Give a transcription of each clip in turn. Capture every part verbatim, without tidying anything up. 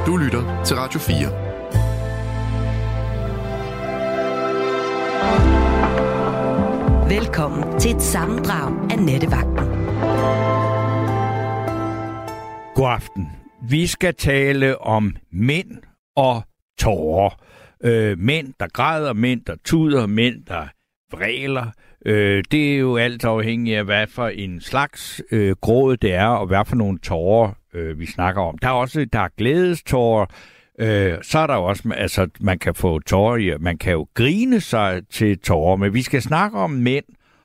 Du lytter til Radio fire. Velkommen til et sammendrag af Nattevagten. God aften. Vi skal tale om mænd og tårer. Øh, mænd, der græder, mænd, der tuder, mænd, der vræler. Øh, det er jo alt afhængigt af, hvad for en slags øh, gråd det er, og hvad for nogle tårer øh, vi snakker om. Der er også der er glædestårer. Øh, så er der også, altså man kan få tårer, man kan jo grine sig til tårer, men vi skal snakke om mænd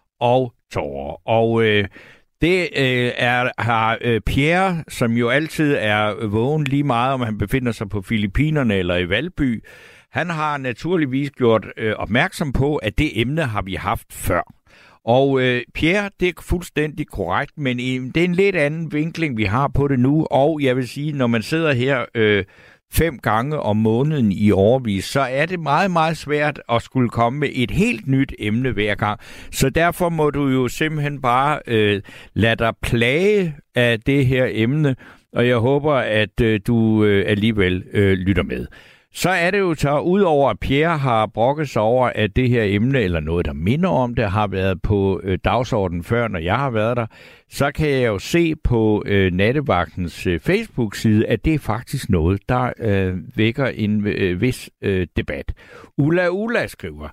og tårer. Og øh, det øh, er har øh, Pierre, som jo altid er vågen lige meget, om han befinder sig på Filippinerne eller i Valby. Han har naturligvis gjort øh, opmærksom på, at det emne har vi haft før. Og øh, Pierre, det er fuldstændig korrekt, men øh, det er en lidt anden vinkling, vi har på det nu. Og jeg vil sige, når man sidder her øh, fem gange om måneden i årevis, så er det meget, meget svært at skulle komme med et helt nyt emne hver gang. Så derfor må du jo simpelthen bare øh, lade dig plage af det her emne, og jeg håber, at øh, du øh, alligevel øh, lytter med. Så er det jo så, udover at Pierre har brokket sig over, at det her emne, eller noget, der minder om det, har været på øh, dagsordenen før, når jeg har været der, så kan jeg jo se på øh, Nattevagtens øh, Facebook-side, at det er faktisk noget, der øh, vækker en øh, vis øh, debat. Ulla Ulla skriver,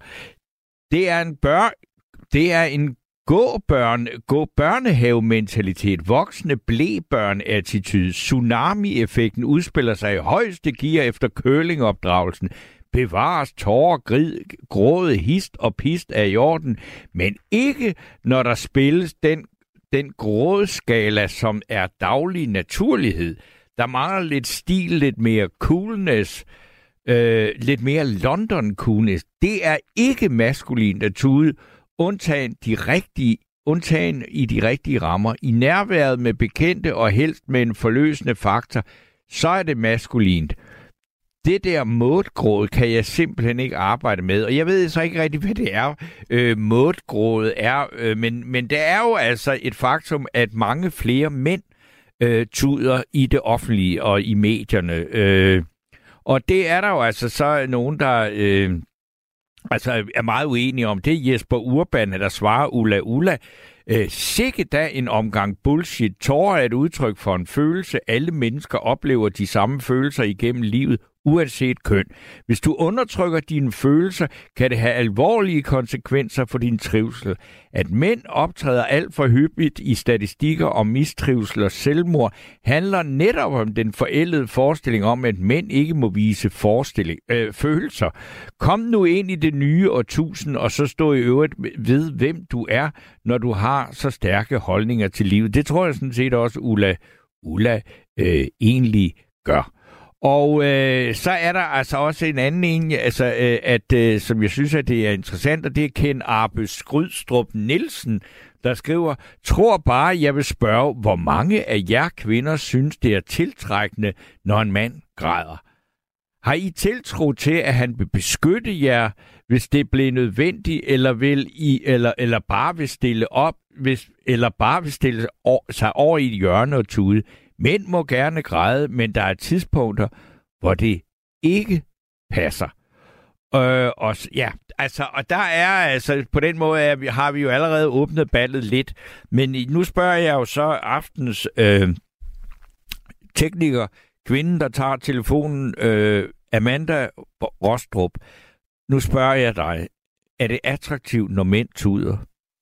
det er en bør, det er en gå børn, gå børnehave-mentalitet, voksne blæbørn-attitude, tsunami-effekten udspiller sig i højeste gear efter kølingopdragelsen. Bevares tårer, grid, gråde, hist og pist er i orden, men ikke når der spilles den, den grådeskala, som er daglig naturlighed. Der mangler lidt stil, lidt mere coolness, øh, lidt mere London coolness. Det er ikke maskulin at tude, Undtagen, de rigtige, undtagen i de rigtige rammer. I nærværet med bekendte og helst med en forløsende faktor, så er det maskulint. Det der måtgråd kan jeg simpelthen ikke arbejde med. Og jeg ved så ikke rigtig, hvad det er, øh, måtgråd er. Øh, men, men det er jo altså et faktum, at mange flere mænd øh, tuder i det offentlige og i medierne. Øh, og det er der jo altså så nogen, der... Øh, Altså er meget uenige om det. Jesper Urban, der svarer Ulla Ulla. Øh, sikke da en omgang bullshit. Tårer er et udtryk for en følelse. Alle mennesker oplever de samme følelser igennem livet, uanset køn. Hvis du undertrykker dine følelser, kan det have alvorlige konsekvenser for din trivsel. At mænd optræder alt for hyppigt i statistikker om mistrivsel og selvmord, handler netop om den forældede forestilling om, at mænd ikke må vise forestilling, øh, følelser. Kom nu ind i det nye årtusind, og så stå i øvrigt ved, hvem du er, når du har så stærke holdninger til livet. Det tror jeg sådan set også, Ulla, Ulla øh, egentlig gør. Og øh, så er der altså også en anden en, altså, øh, at, øh, som jeg synes, at det er interessant, og det er Ken Arbe Skrydstrup Nielsen, der skriver, tror bare, jeg vil spørge, hvor mange af jer kvinder synes, det er tiltrækkende, når en mand græder? Har I tiltro til, at han vil beskytte jer, hvis det bliver nødvendigt, eller vil I, eller, eller bare vil stille op, hvis, eller bare vil stille sig over i et hjørne og tude? Mænd må gerne græde, men der er tidspunkter, hvor det ikke passer. Øh, og, ja, altså, og der er altså, på den måde er, har vi jo allerede åbnet ballet lidt. Men nu spørger jeg jo så aftens øh, tekniker, kvinden, der tager telefonen, øh, Amanda Rostrup. Nu spørger jeg dig, er det attraktivt, når mænd tuder?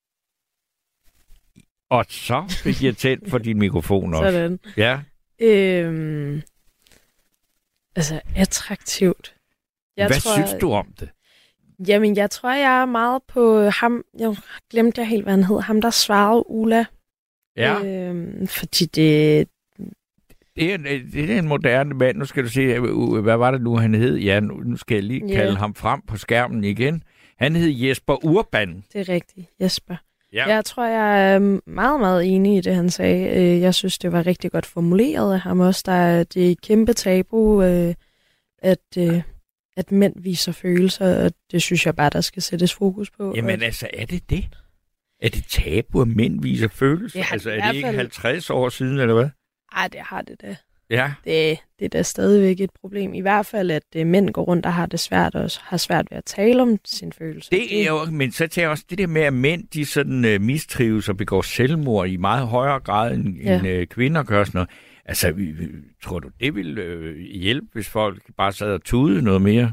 Og så fik jeg tændt for din mikrofon også. Sådan. Ja. Øhm, altså, attraktivt. Jeg Hvad tror, synes du om det? Jamen, jeg tror, jeg er meget på ham. Jeg glemte jeg helt, hvad han hed. Ham, der svarede Ulla. Ja. Øhm, fordi det... Det er, en, det er en moderne mand. Nu skal du se, hvad var det nu, han hed? Ja, nu skal jeg lige kalde yeah. ham frem på skærmen igen. Han hed Jesper Urban. Det er rigtigt, Jesper. Ja. Jeg tror, jeg er meget, meget enig i det, han sagde. Jeg synes, det var rigtig godt formuleret af ham også. Der er det er kæmpe tabu, at, at mænd viser følelser, og det synes jeg bare, der skal sættes fokus på. Jamen altså, er det det? Er det tabu, at mænd viser følelser? Det altså, er det fald... ikke halvtreds år siden, eller hvad? Ej, det har det da. Ja. Det, det er da stadigvæk et problem. I hvert fald, at uh, mænd går rundt og har det svært og har svært ved at tale om sine følelser. Det er jo, men så tager jeg også det der med, at mænd, de sådan uh, mistrives og begår selvmord i meget højere grad, end, ja. end uh, kvinder gør sådan noget. Altså, tror du, det ville uh, hjælpe, hvis folk bare sad og tudede noget mere?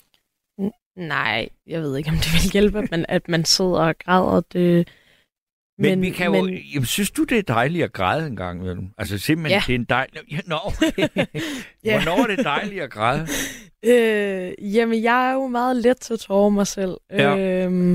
Nej, jeg ved ikke, om det vil hjælpe, at man, at man sidder og græder. Det... Men, men vi kan men... jo... Jamen, synes du, det er dejligt at græde en gang? Vel? Altså simpelthen, ja. Det er en dejlig... Ja, nå, okay. ja. Hvornår er det dejligt at græde? Øh, jamen, jeg er jo meget let til at tåre mig selv. Ja. Øhm,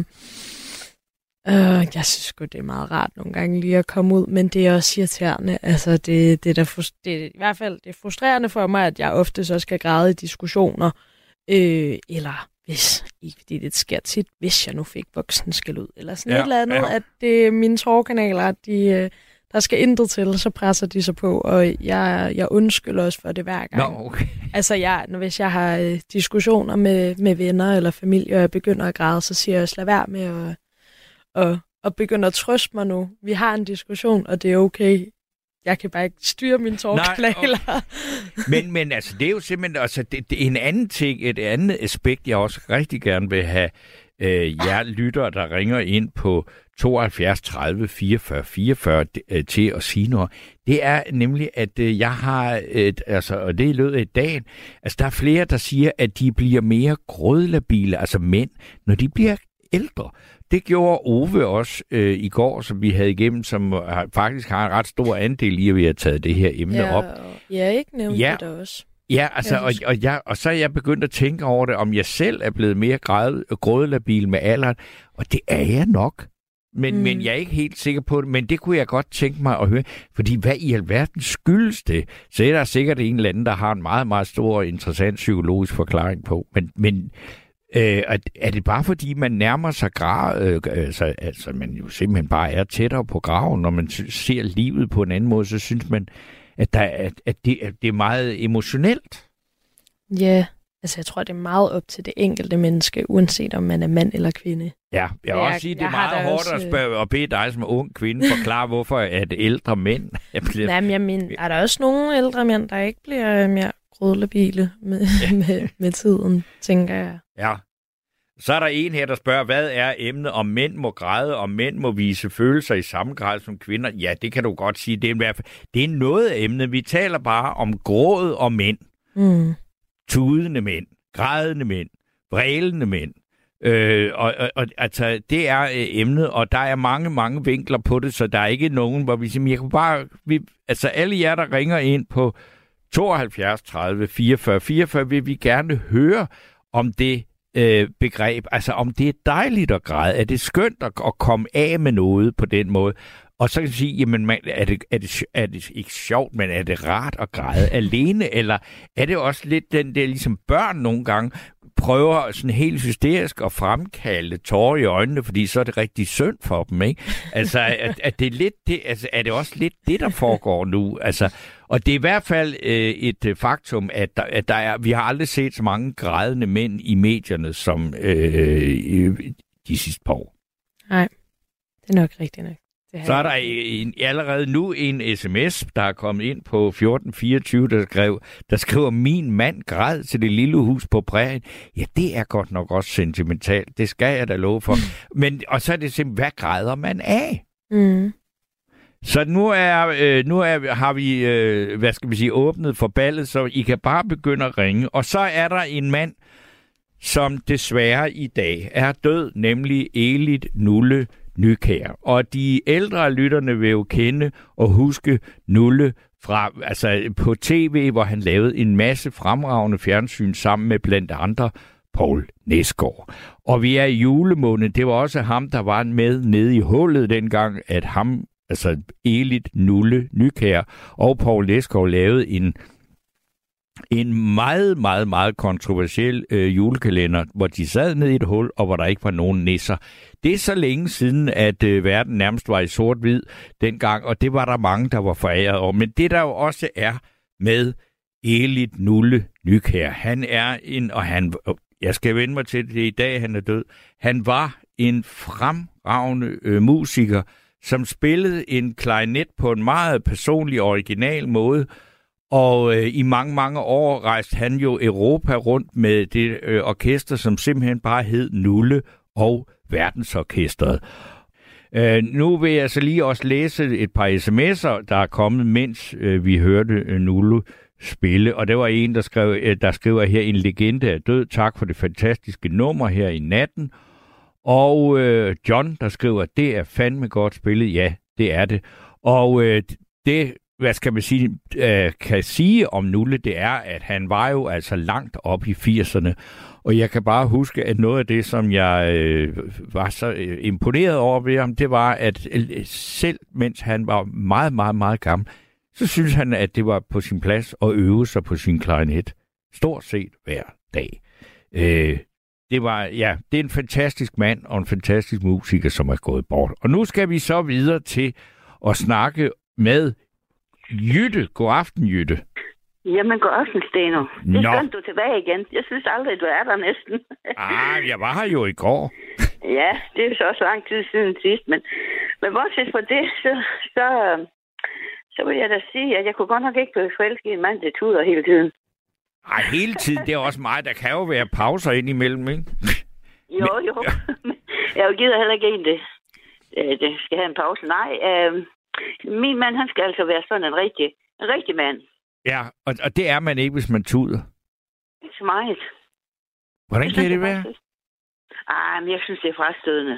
øh, jeg synes godt det er meget rart nogle gange lige at komme ud, men det er også irriterende. Altså, det, det, er, der frust... det er i hvert fald det er frustrerende for mig, at jeg ofte så skal græde i diskussioner, øh, eller... hvis, ikke fordi det sker tit, hvis jeg nu fik voksen skal ud, eller sådan ja, et eller andet, ja. At det mine tårkanaler, de, der skal intet til, så presser de sig på, og jeg, jeg undskylder også for det hver gang. No, okay. Altså, jeg, når, hvis jeg har øh, diskussioner med, med venner eller familie, og jeg begynder at græde, så siger jeg også, lad være med at, at, at begynde at trøste mig nu. Vi har en diskussion, og det er okay. Jeg kan bare ikke styre mine tårkanaler. Okay. Men, men altså, det er jo simpelthen altså, det, det er en anden ting, et andet aspekt, jeg også rigtig gerne vil have øh, jer lyttere, der ringer ind på tooghalvfjerds tredive fireogfyrre fireogfyrre øh, til at sige noget. Det er nemlig, at øh, jeg har, øh, altså, og det er i løbet af dagen, altså der er flere, der siger, at de bliver mere grådlabile, altså mænd, når de bliver ældre. Det gjorde Ove også øh, i går, som vi havde igennem, som har, faktisk har en ret stor andel i, at vi har taget det her emne ja, op. Ja, ikke nævnt ja. Det også. Ja, altså, og, og, jeg, og så er jeg begyndt at tænke over det, om jeg selv er blevet mere grådlabil med alderen, og det er jeg nok. Men, mm. men jeg er ikke helt sikker på det, men det kunne jeg godt tænke mig at høre, fordi hvad i alverden skyldes det? Så er der sikkert en eller anden, der har en meget, meget stor og interessant psykologisk forklaring på, men... men Øh, er det bare fordi, man nærmer sig grav, øh, altså, altså man jo simpelthen bare er tættere på graven, når man ser livet på en anden måde, så synes man, at, der, at, at, det, at det er meget emotionelt? Ja, altså jeg tror, det er meget op til det enkelte menneske, uanset om man er mand eller kvinde. Ja, jeg vil også sige, det er meget hårdt også... at spørge, at bede dig som ung kvinde forklare, hvorfor at ældre mænd er blevet... Nej, men jeg mener, er der også nogle ældre mænd, der ikke bliver mere grådlabile med, ja. med, med tiden, tænker jeg. Ja. Så er der en her, der spørger, hvad er emnet, om mænd må græde, om mænd må vise følelser i samme grad som kvinder? Ja, det kan du godt sige. Det er, i hvert fald, det er noget af emnet. Vi taler bare om gråd og mænd. Mm. Tudende mænd, grædende mænd, vrælende mænd. Øh, og, og, og altså, det er øh, emnet, og der er mange, mange vinkler på det, så der er ikke nogen, hvor vi siger, jeg kunne bare... Vi, altså, alle jer, der ringer ind på tooghalvfjerds tredive fireogfyrre fireogfyrre, vil vi gerne høre om det øh, begreb. Altså, om det er dejligt at græde. Er det skønt at, at komme af med noget på den måde? Og så kan vi sige, jamen, man, er, det, er, det, er det ikke sjovt, men er det rart at græde alene? Eller er det også lidt den der, ligesom børn nogle gange prøver sådan helt hysterisk at fremkalde tårer i øjnene, fordi så er det rigtig synd for dem, ikke? Altså, er, er, det lidt det, altså, er det også lidt det, der foregår nu? Altså, og det er i hvert fald øh, et faktum, at, der, at der er, vi har aldrig set så mange grædende mænd i medierne, som øh, de sidste par år. Nej, det er nok rigtigt nok. Så er der en, allerede nu en sms, der er kommet ind på fjorten fireogtyve, der, skrev, der skriver, min mand græd til det lille hus på prærien. Ja, det er godt nok også sentimentalt. Det skal jeg da love for. Men, og så er det simpelthen, hvad græder man af? Mm. Så nu, er, øh, nu er, har vi, øh, hvad skal vi sige, åbnet for ballet, så I kan bare begynde at ringe. Og så er der en mand, som desværre i dag er død, nemlig Elit Nulle Nykjær. Og de ældre lytterne vil jo kende og huske Nulle fra, altså på tv, hvor han lavede en masse fremragende fjernsyn sammen med blandt andre Poul Nesgaard. Og vi er i julemåned. Det var også ham, der var med nede i hullet dengang, at ham, altså Elit Nulle Nykjær og Poul Nesgaard lavede en En meget, meget, meget kontroversiel øh, julekalender, hvor de sad ned i et hul, og hvor der ikke var nogen nisser. Det er så længe siden, at øh, verden nærmest var i sort-hvid dengang, og det var der mange, der var foræret over. Men det der jo også er med Elit Nulle Nykjær, han er en, og han, jeg skal vende mig til det i dag, han er død, han var en fremragende øh, musiker, som spillede en klarinet på en meget personlig, original måde, Og øh, i mange, mange år rejste han jo Europa rundt med det øh, orkester, som simpelthen bare hed Nulle og Verdensorkestret. Øh, nu vil jeg så lige også læse et par sms'er, der er kommet, mens øh, vi hørte øh, Nulle spille. Og det var en, der, skrev, øh, der skriver her, en legende er død. Tak for det fantastiske nummer her i natten. Og øh, John, der skriver, det er fandme godt spillet. Ja, det er det. Og øh, det, hvad skal man sige, øh, kan sige om Nulle, det er, at han var jo altså langt op i firserne. Og jeg kan bare huske, at noget af det, som jeg øh, var så øh, imponeret over ved ham, det var, at øh, selv mens han var meget, meget, meget gammel, så synes han, at det var på sin plads at øve sig på sin klarinet. Stort set hver dag. Øh, det var, ja, det er en fantastisk mand og en fantastisk musiker, som er gået bort. Og nu skal vi så videre til at snakke med Jytte. God aften, Jytte. Jamen, god aften, Steno. Det er Nå. skønt, du er tilbage igen. Jeg synes aldrig, du er der næsten. Ah, jeg var her jo i går. Ja, det er så også lang tid siden sidst, men, men bortset fra det, så, så, så vil jeg da sige, at jeg kunne godt nok ikke blive forelsket i en mand, der tuder hele tiden. Ej, hele tiden, det er også meget. Der kan jo være pauser ind imellem, ikke? Jo, jo. Jeg gider heller ikke en, det, det skal have en pause. Nej, øh, min mand, han skal altså være sådan en rigtig, en rigtig mand. Ja, og, og det er man ikke, hvis man tuder. Ikke så meget. Hvordan Jeg kan synes, det være? Ah, men jeg synes, det er frastødende.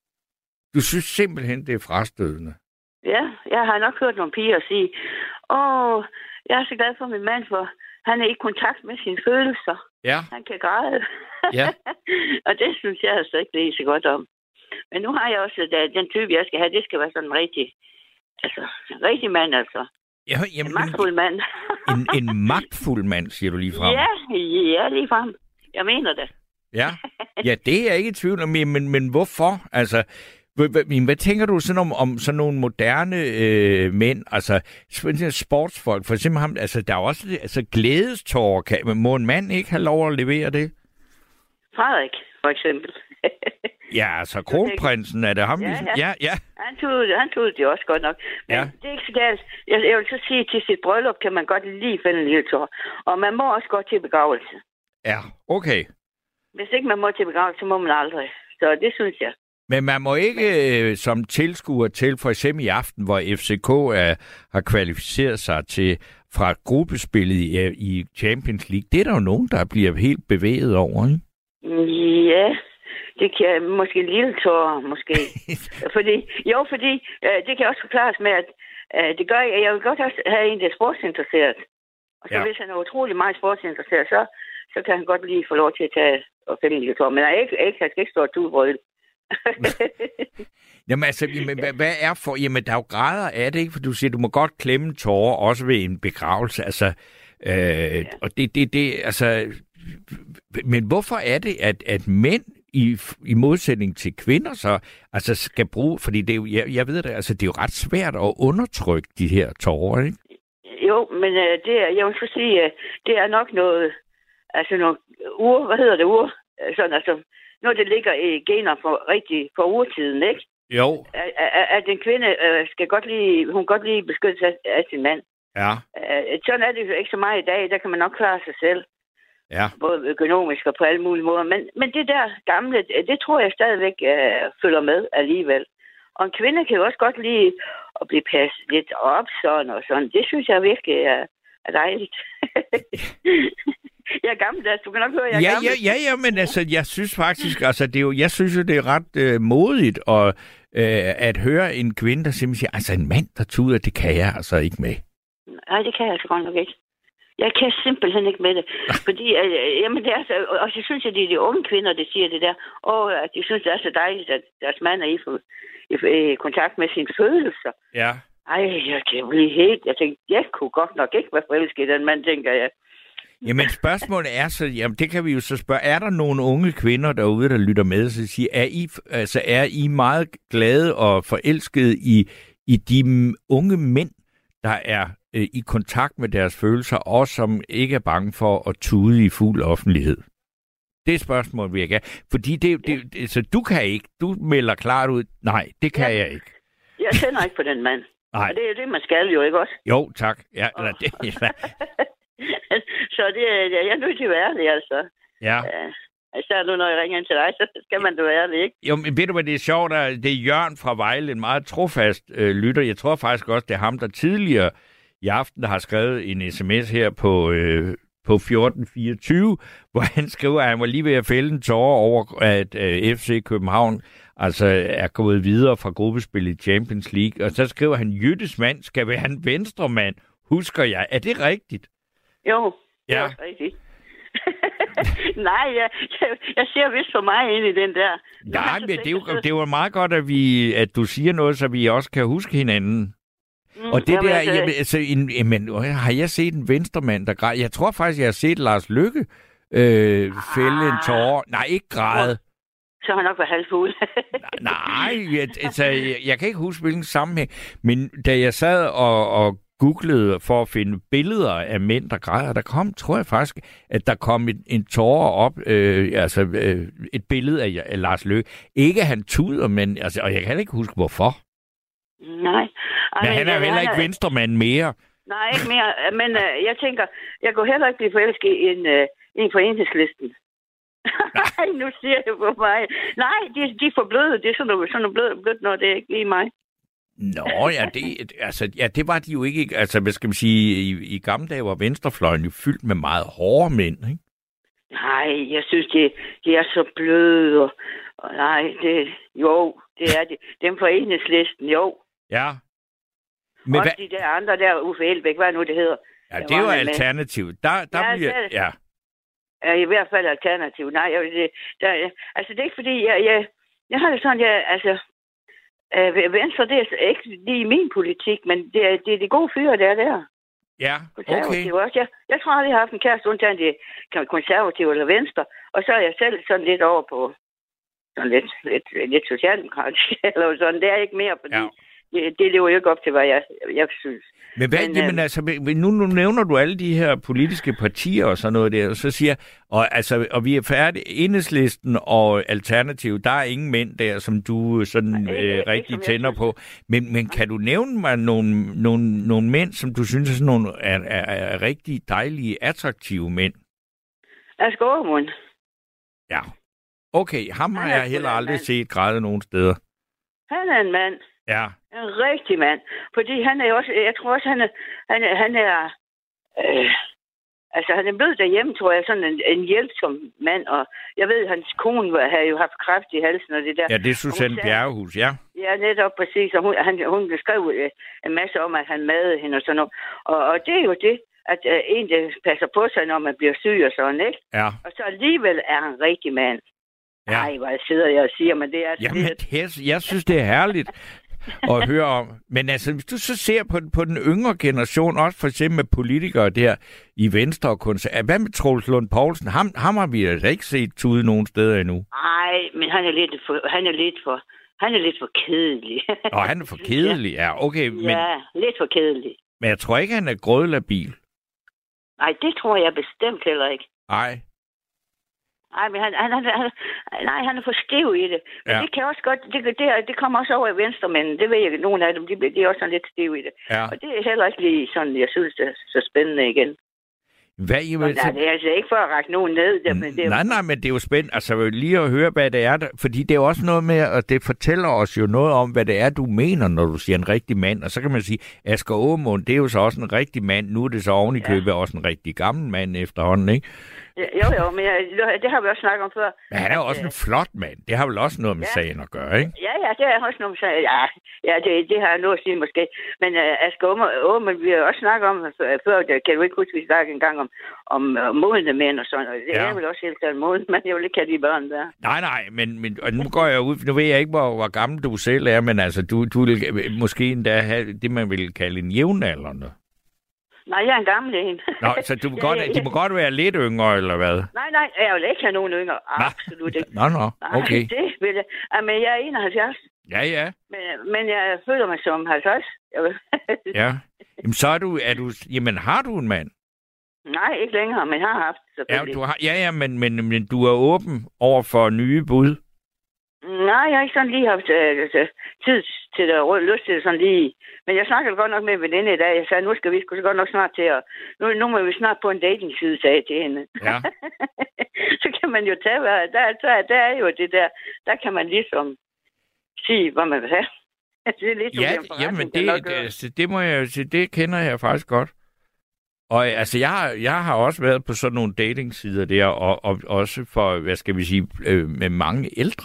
Du synes simpelthen, det er frastødende. Ja, jeg har nok hørt nogle piger sige, åh, jeg er så glad for min mand, for han er i kontakt med sine følelser. Ja. Han kan græde. Ja. Og det synes jeg altså ikke lige så godt om. Men nu har jeg også, at den type, jeg skal have, det skal være sådan en rigtig, altså, en rigtig mand, altså. Ja, jamen, En magtfuld mand. en, en magtfuld mand, siger du lige frem. Ja, ja, lige frem. Jeg mener det. Ja, ja, det er jeg ikke i tvivl om, men, men hvorfor? Altså, hvad, hvad tænker du sådan om, om sådan nogle moderne øh, mænd, altså sportsfolk, for eksempel ham, altså der er også altså, glædestårer, kan, må en mand ikke have lov at levere det? Frederik, for eksempel. Ja, altså kronprinsen, er det ham? Ja, ligesom? ja. ja. ja. Han tog, han tog det også godt nok. Men Ja. det er ikke så galt. Jeg, jeg vil så sige, til sit bryllup kan man godt lige finde en lille tår. Og man må også gå til begravelse. Ja, okay. Hvis ikke man må til begravelse, så må man aldrig. Så det synes jeg. Men man må ikke øh, som tilskuer til, for eksempel i aften, hvor F C K er, har kvalificeret sig til fra gruppespillet i, i Champions League, det er der jo nogen, der bliver helt bevæget over, ikke? Ja, det kan måske en lille tår, måske. fordi, jo, fordi øh, det kan også forklares med, at øh, det gør jeg. Jeg vil godt også have en, der er sportsinteresseret. Og så Ja. hvis han er utrolig meget sportsinteresseret, så, så kan han godt lige få lov til at tage og finde en lille tår. Men jeg ikke, ikke, han skal ikke stå og tudbrøl. Jamen altså, jamen, hvad, hvad er for... Jamen, der er jo grader af det, ikke? For du siger, du må godt klemme tårer, også ved en begravelse. Altså, øh, ja. Og det, det, det, altså... Men hvorfor er det, at, at mænd i, i modsætning til kvinder så altså skal bruge... Fordi det er jo, jeg, jeg ved det, altså, det er jo ret svært at undertrykke de her tårer, ikke? Jo, men øh, det er, jeg vil så sige, øh, det er nok noget... Altså nogle ur... Hvad hedder det? Ur? Sådan altså... Når det ligger i gener for rigtig for urtiden, ikke? Jo. At, at, at en kvinde øh, skal godt lige, hun godt lige beskytte af, af sin mand. Ja. Øh, sådan er det jo ikke så meget i dag. Der kan man nok klare sig selv. Ja. Både økonomisk og på alle mulige måder. Men, men det der gamle, det, det tror jeg stadigvæk øh, følger med alligevel. Og en kvinde kan jo også godt lide at blive passet lidt op sådan og sådan. Det synes jeg virkelig er, er dejligt. Jeg er gammel, altså. Du kan nok høre, jeg er Ja, gammel. ja, ja, ja, men altså, jeg synes faktisk, altså, det er jo, jeg synes jo, det er ret øh, modigt at, øh, at høre en kvinde, der simpelthen siger, altså, en mand, der tuder, det kan jeg altså ikke med. Nej, det kan jeg altså godt nok ikke. Jeg kan simpelthen ikke med det. Fordi, øh, jamen, det er så, og så synes jeg, det er de unge kvinder, der siger det der, og at de synes, det er så dejligt, at deres mand er i, for, i, i kontakt med sine følelser. Ja. Ej, jeg kan blive helt, jeg tænkte, jeg kunne godt nok ikke være forelsket i den mand, tænker jeg. Jamen spørgsmålet er så, jamen det kan vi jo så spørge, er der nogle unge kvinder derude, der lytter med, så siger, er I, altså, er I meget glade og forelskede i, i de unge mænd, der er øh, i kontakt med deres følelser, og som ikke er bange for at tude i fuld offentlighed? Det er spørgsmålet, vi ikke er. Fordi det, det, det, så du kan ikke, du melder klart ud, nej, det kan ja. jeg ikke. Jeg tænder ikke på den mand. Nej. Og det er det, man skal jo, ikke også? Jo, tak. Ja, eller det, ja. Så det, jeg er nødt til at være det, altså. Ja. Især nu, når jeg ringer ind til dig, så skal man da være det, ikke? Jo, men ved du, hvad det er sjovt? Det er Jørgen fra Vejle, en meget trofast øh, lytter. Jeg tror faktisk også, det er ham, der tidligere i aften har skrevet en sms her på, øh, på fjorten fireogtyve, hvor han skriver, at han var lige ved at fælde en tårer over, at øh, F C København altså er gået videre fra gruppespil i Champions League. Og så skriver han, Jyttes mand skal være en venstremand, husker jeg. Er det rigtigt? Jo, det ja. er også rigtigt. Nej, jeg, jeg, jeg ser vist for mig ind i den der. Nej, men det er, jo, det er jo meget godt, at, vi, at du siger noget, så vi også kan huske hinanden. Mm, og det jamen, der, altså, jamen, altså, en, jamen, har jeg set en venstremand, der græd? Jeg tror faktisk, jeg har set Lars Løkke øh, fælde en tårer. Nej, ikke græde. Så har han nok været halvfuld. Nej, jeg, altså, jeg, jeg kan ikke huske, hvilken sammenhæng. Men da jeg sad og, og googlede for at finde billeder af mænd, der græder, der kom, tror jeg faktisk, at der kom en, en tårer op, øh, altså øh, et billede af, af Lars Løkke. Ikke han tuder, men, altså, og jeg kan ikke huske, hvorfor. Nej. Ej, men han er jo heller ikke venstremand mere. Nej, ikke mere. Men øh, jeg tænker, jeg kunne heller ikke blive forelsket i en, øh, en fra Enhedslisten. Nej, nu siger jeg på mig. Nej, de, de er for bløde. Det er sådan noget, sådan noget blødt, blødt, når det er ikke lige mig. Nå, ja, det, altså, ja, det var de jo ikke. Altså, hvad skal man sige, i, i gamle dage var venstrefløjen jo fyldt med meget hårde mænd, ikke? Nej, jeg synes, de, de er så bløde. Og, og nej, det, jo, det er de. Dem fra Enhedslisten, jo. Ja. Men også hvad... de der andre der, Uffe Elbæk, hvad nu det hedder. Ja, det er jo alternativt. Der, der ja, bliver... Ja. Ja, i hvert fald alternativ. Nej, jeg, det, der, altså det er ikke fordi, jeg, jeg, jeg har det sådan, jeg, altså, øh, Venstre, det er ikke lige min politik, men det er, det er de gode fyre, der er der. Ja, okay. Også. Jeg, jeg tror aldrig, jeg har haft en kæreste, undtagen de konservative eller Venstre, og så er jeg selv sådan lidt over på sådan lidt, lidt, lidt socialdemokratisk, eller sådan. Det er ikke mere, fordi ja. det, det lever jo ikke op til, hvad jeg, jeg synes. Men hvad, men, jamen, altså, nu, nu nævner du alle de her politiske partier og sådan noget der, og så siger, og, altså, og vi er færdige, Enhedslisten og Alternativ, der er ingen mænd der, som du sådan nej, øh, ikke, rigtig ikke, tænder på. Men, men kan du nævne mig nogle, nogle, nogle mænd, som du synes er sådan nogle er, er, er rigtig dejlige, attraktive mænd? Asger Aamund. Ja. Okay, ham har jeg heller aldrig set græde nogen steder. Han er en mand. Ja. En rigtig mand. Fordi han er jo også, jeg tror også, han er, han er, han er øh, altså han er blevet derhjemme, tror jeg, sådan en, en hjælpsom mand, og jeg ved, hans kone har jo haft kræft i halsen og det der. Ja, det er Susanne Bjerrehus, ja. Ja, netop præcis, og hun, han, hun skrev øh, en masse om, at han madede hende og sådan noget. Og, og det er jo det, at øh, en, der passer på sig, når man bliver syg og sådan, ikke? Ja. Og så alligevel er han en rigtig mand. Ja. Ej, hvor jeg sidder jeg og siger, men det er... Jamen, det, jeg synes, det er herligt at høre om. Men altså, hvis du så ser på, på den yngre generation, også for eksempel med politikere der i Venstre og konservative. Hvad med Troels Lund Poulsen? Ham, ham har vi altså ikke set tude nogen steder endnu. Nej, men han er lidt for, han er lidt for, han er lidt for kedelig. Nå, han er for kedelig, ja. Okay, men, ja, lidt for kedelig. Men jeg tror ikke, han er grødlabil. Nej, det tror jeg bestemt heller ikke. Nej. Nej, men han, han, han, han, nej, han er for stiv i det. Men ja. det kan også godt, det, det, det kommer også over i venstremænden. Det ved jeg, nogle af dem, de, de er også sådan lidt stiv i det. Ja. Og det er heller ikke lige sådan, jeg synes, det er så spændende igen. Hvad, I vil, så... Det er altså ikke for at række nogen ned. Det, men det er... Nej, nej, men det er jo spændende. Altså, lige at høre, hvad det er. Der, fordi det er jo også noget med, at det fortæller os jo noget om, hvad det er, du mener, når du siger en rigtig mand. Og så kan man sige, Asger Aamund, det er jo så også en rigtig mand. Nu er det så oven i købet ja. også en rigtig gammel mand efterhånden, ikke? Ja, jo, jo, men jeg, det har vi også snakket om før. Men han er jo også en flot mand. Det har vel også noget med ja. sagen at gøre, ikke? Ja, ja, det er også noget med sagen. Ja, ja det, det har jeg noget at sige måske. Men uh, Asger Aamund, vi har også snakket om før, det kan du ikke huske, vi snakkede engang om, om uh, modne mænd og sådan noget. Det ja. er vel også helt klart moden, men jeg vil ikke have de børn der. Nej, nej, men, men og nu går jeg ud, nu ved jeg ikke, hvor, hvor gammel du selv er, men altså, du, du vil måske endda have det, man vil kalde en jævnaldrende. Nej, jeg er en gammel en. Nå, så du må ja, godt, ja, ja. de må godt være lidt yngre, eller hvad? Nej, nej, jeg vil ikke have nogen yngre. Absolut ikke. Nå, nå, okay. Nej, det vil jeg. Men jeg er enoghalvfjerds. Ja, ja. Men, men jeg føler mig som halvtreds. Ja. Jamen, så er du, er du... Jamen, har du en mand? Nej, ikke længere, men har haft, selvfølgelig. Ja, du har, ja, ja men, men, men du er åben over for nye bud. Nej, jeg har ikke sådan lige haft øh, tid til det, og lyst til det sådan lige. Men jeg snakkede godt nok med en veninde i dag. Jeg sagde, nu skal vi sgu så godt nok snart til at... Nu, nu må vi snart på en datingside, sagde jeg til hende. Ja. Så kan man jo tage, hvad... Der, der, der er jo det der... Der kan man ligesom sige, hvad man vil have. Det er lidt ja, jamen det, det, det, det må jeg jo sige, det kender jeg faktisk godt. Og altså, jeg har, jeg har også været på sådan nogle datingsider der, og, og også for, hvad skal vi sige, øh, med mange ældre.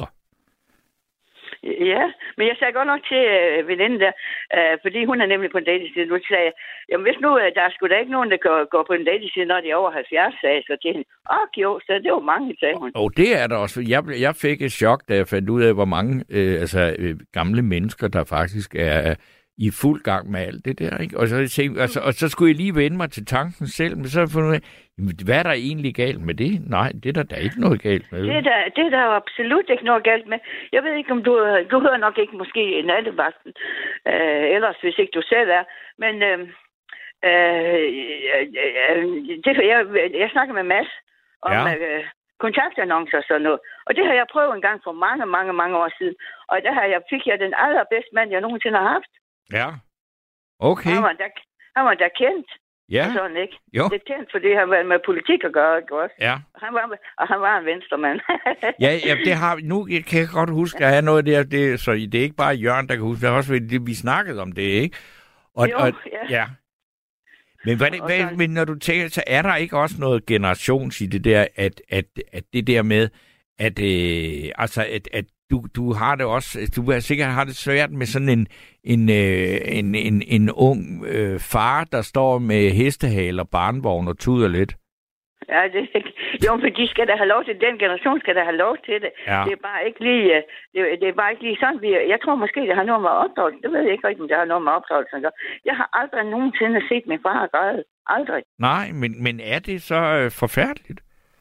Ja, men jeg sagde godt nok til øh, veninden der, øh, fordi hun er nemlig på en dating-side. Nu sagde jeg, jamen hvis nu, øh, der er sgu da ikke nogen, der går, går på en dating-side, når de er over halvfjerds, sagde så til hende. Åh, jo, så det var mange, sagde hun. Og det er der også. Jeg, jeg fik et chok, da jeg fandt ud af, hvor mange øh, altså, øh, gamle mennesker, der faktisk er i fuld gang med alt det der, ikke? Og så, altså, og så skulle jeg lige vende mig til tanken selv, men så har jeg fundet ud af, hvad er der egentlig galt med det? Nej, det er der, der er ikke noget galt med. Det er, der, det er der absolut ikke noget galt med. Jeg ved ikke, om du, du hører nok ikke måske nattevagten, øh, ellers hvis ikke du selv er, men øh, øh, øh, det, jeg, jeg snakker med Mads om ja. øh, kontaktannoncer og sådan noget, og det har jeg prøvet en gang for mange, mange, mange år siden, og der har jeg, fik jeg den allerbedste mand, jeg nogensinde har haft. Ja, okay. Han var da, han var da kendt. Ja. Sådan, ikke? Jo. Det er kendt, fordi han var med politik at gøre, ikke også? Ja. Og han var, og han var en venstremand. ja, ja, det har nu kan jeg godt huske, at jeg har noget der, det, så det er ikke bare Jørgen, der kan huske, det er også det, vi snakkede om det, ikke? Og, jo, og, ja. ja. Men, hvad, hvad, men når du tænker, så er der ikke også noget generations i det der, at, at, at det der med, at, øh, altså, at, at du, du har det også, du er sikkert har det svært med sådan en, en, øh, en, en, en ung øh, far, der står med hestehale og barnvogn og tuder lidt. Ja, det, jo, for de skal da have lov til, den generation skal da have lov til det. Ja. Det er bare ikke lige, det, det er bare ikke lige sådan, vi, jeg tror måske, det har noget med opdragelsen. Det ved jeg ikke rigtig, om det har noget med opdragelsen. Jeg har aldrig nogensinde set min far græde. Aldrig. Nej, men, men er det så øh, forfærdeligt?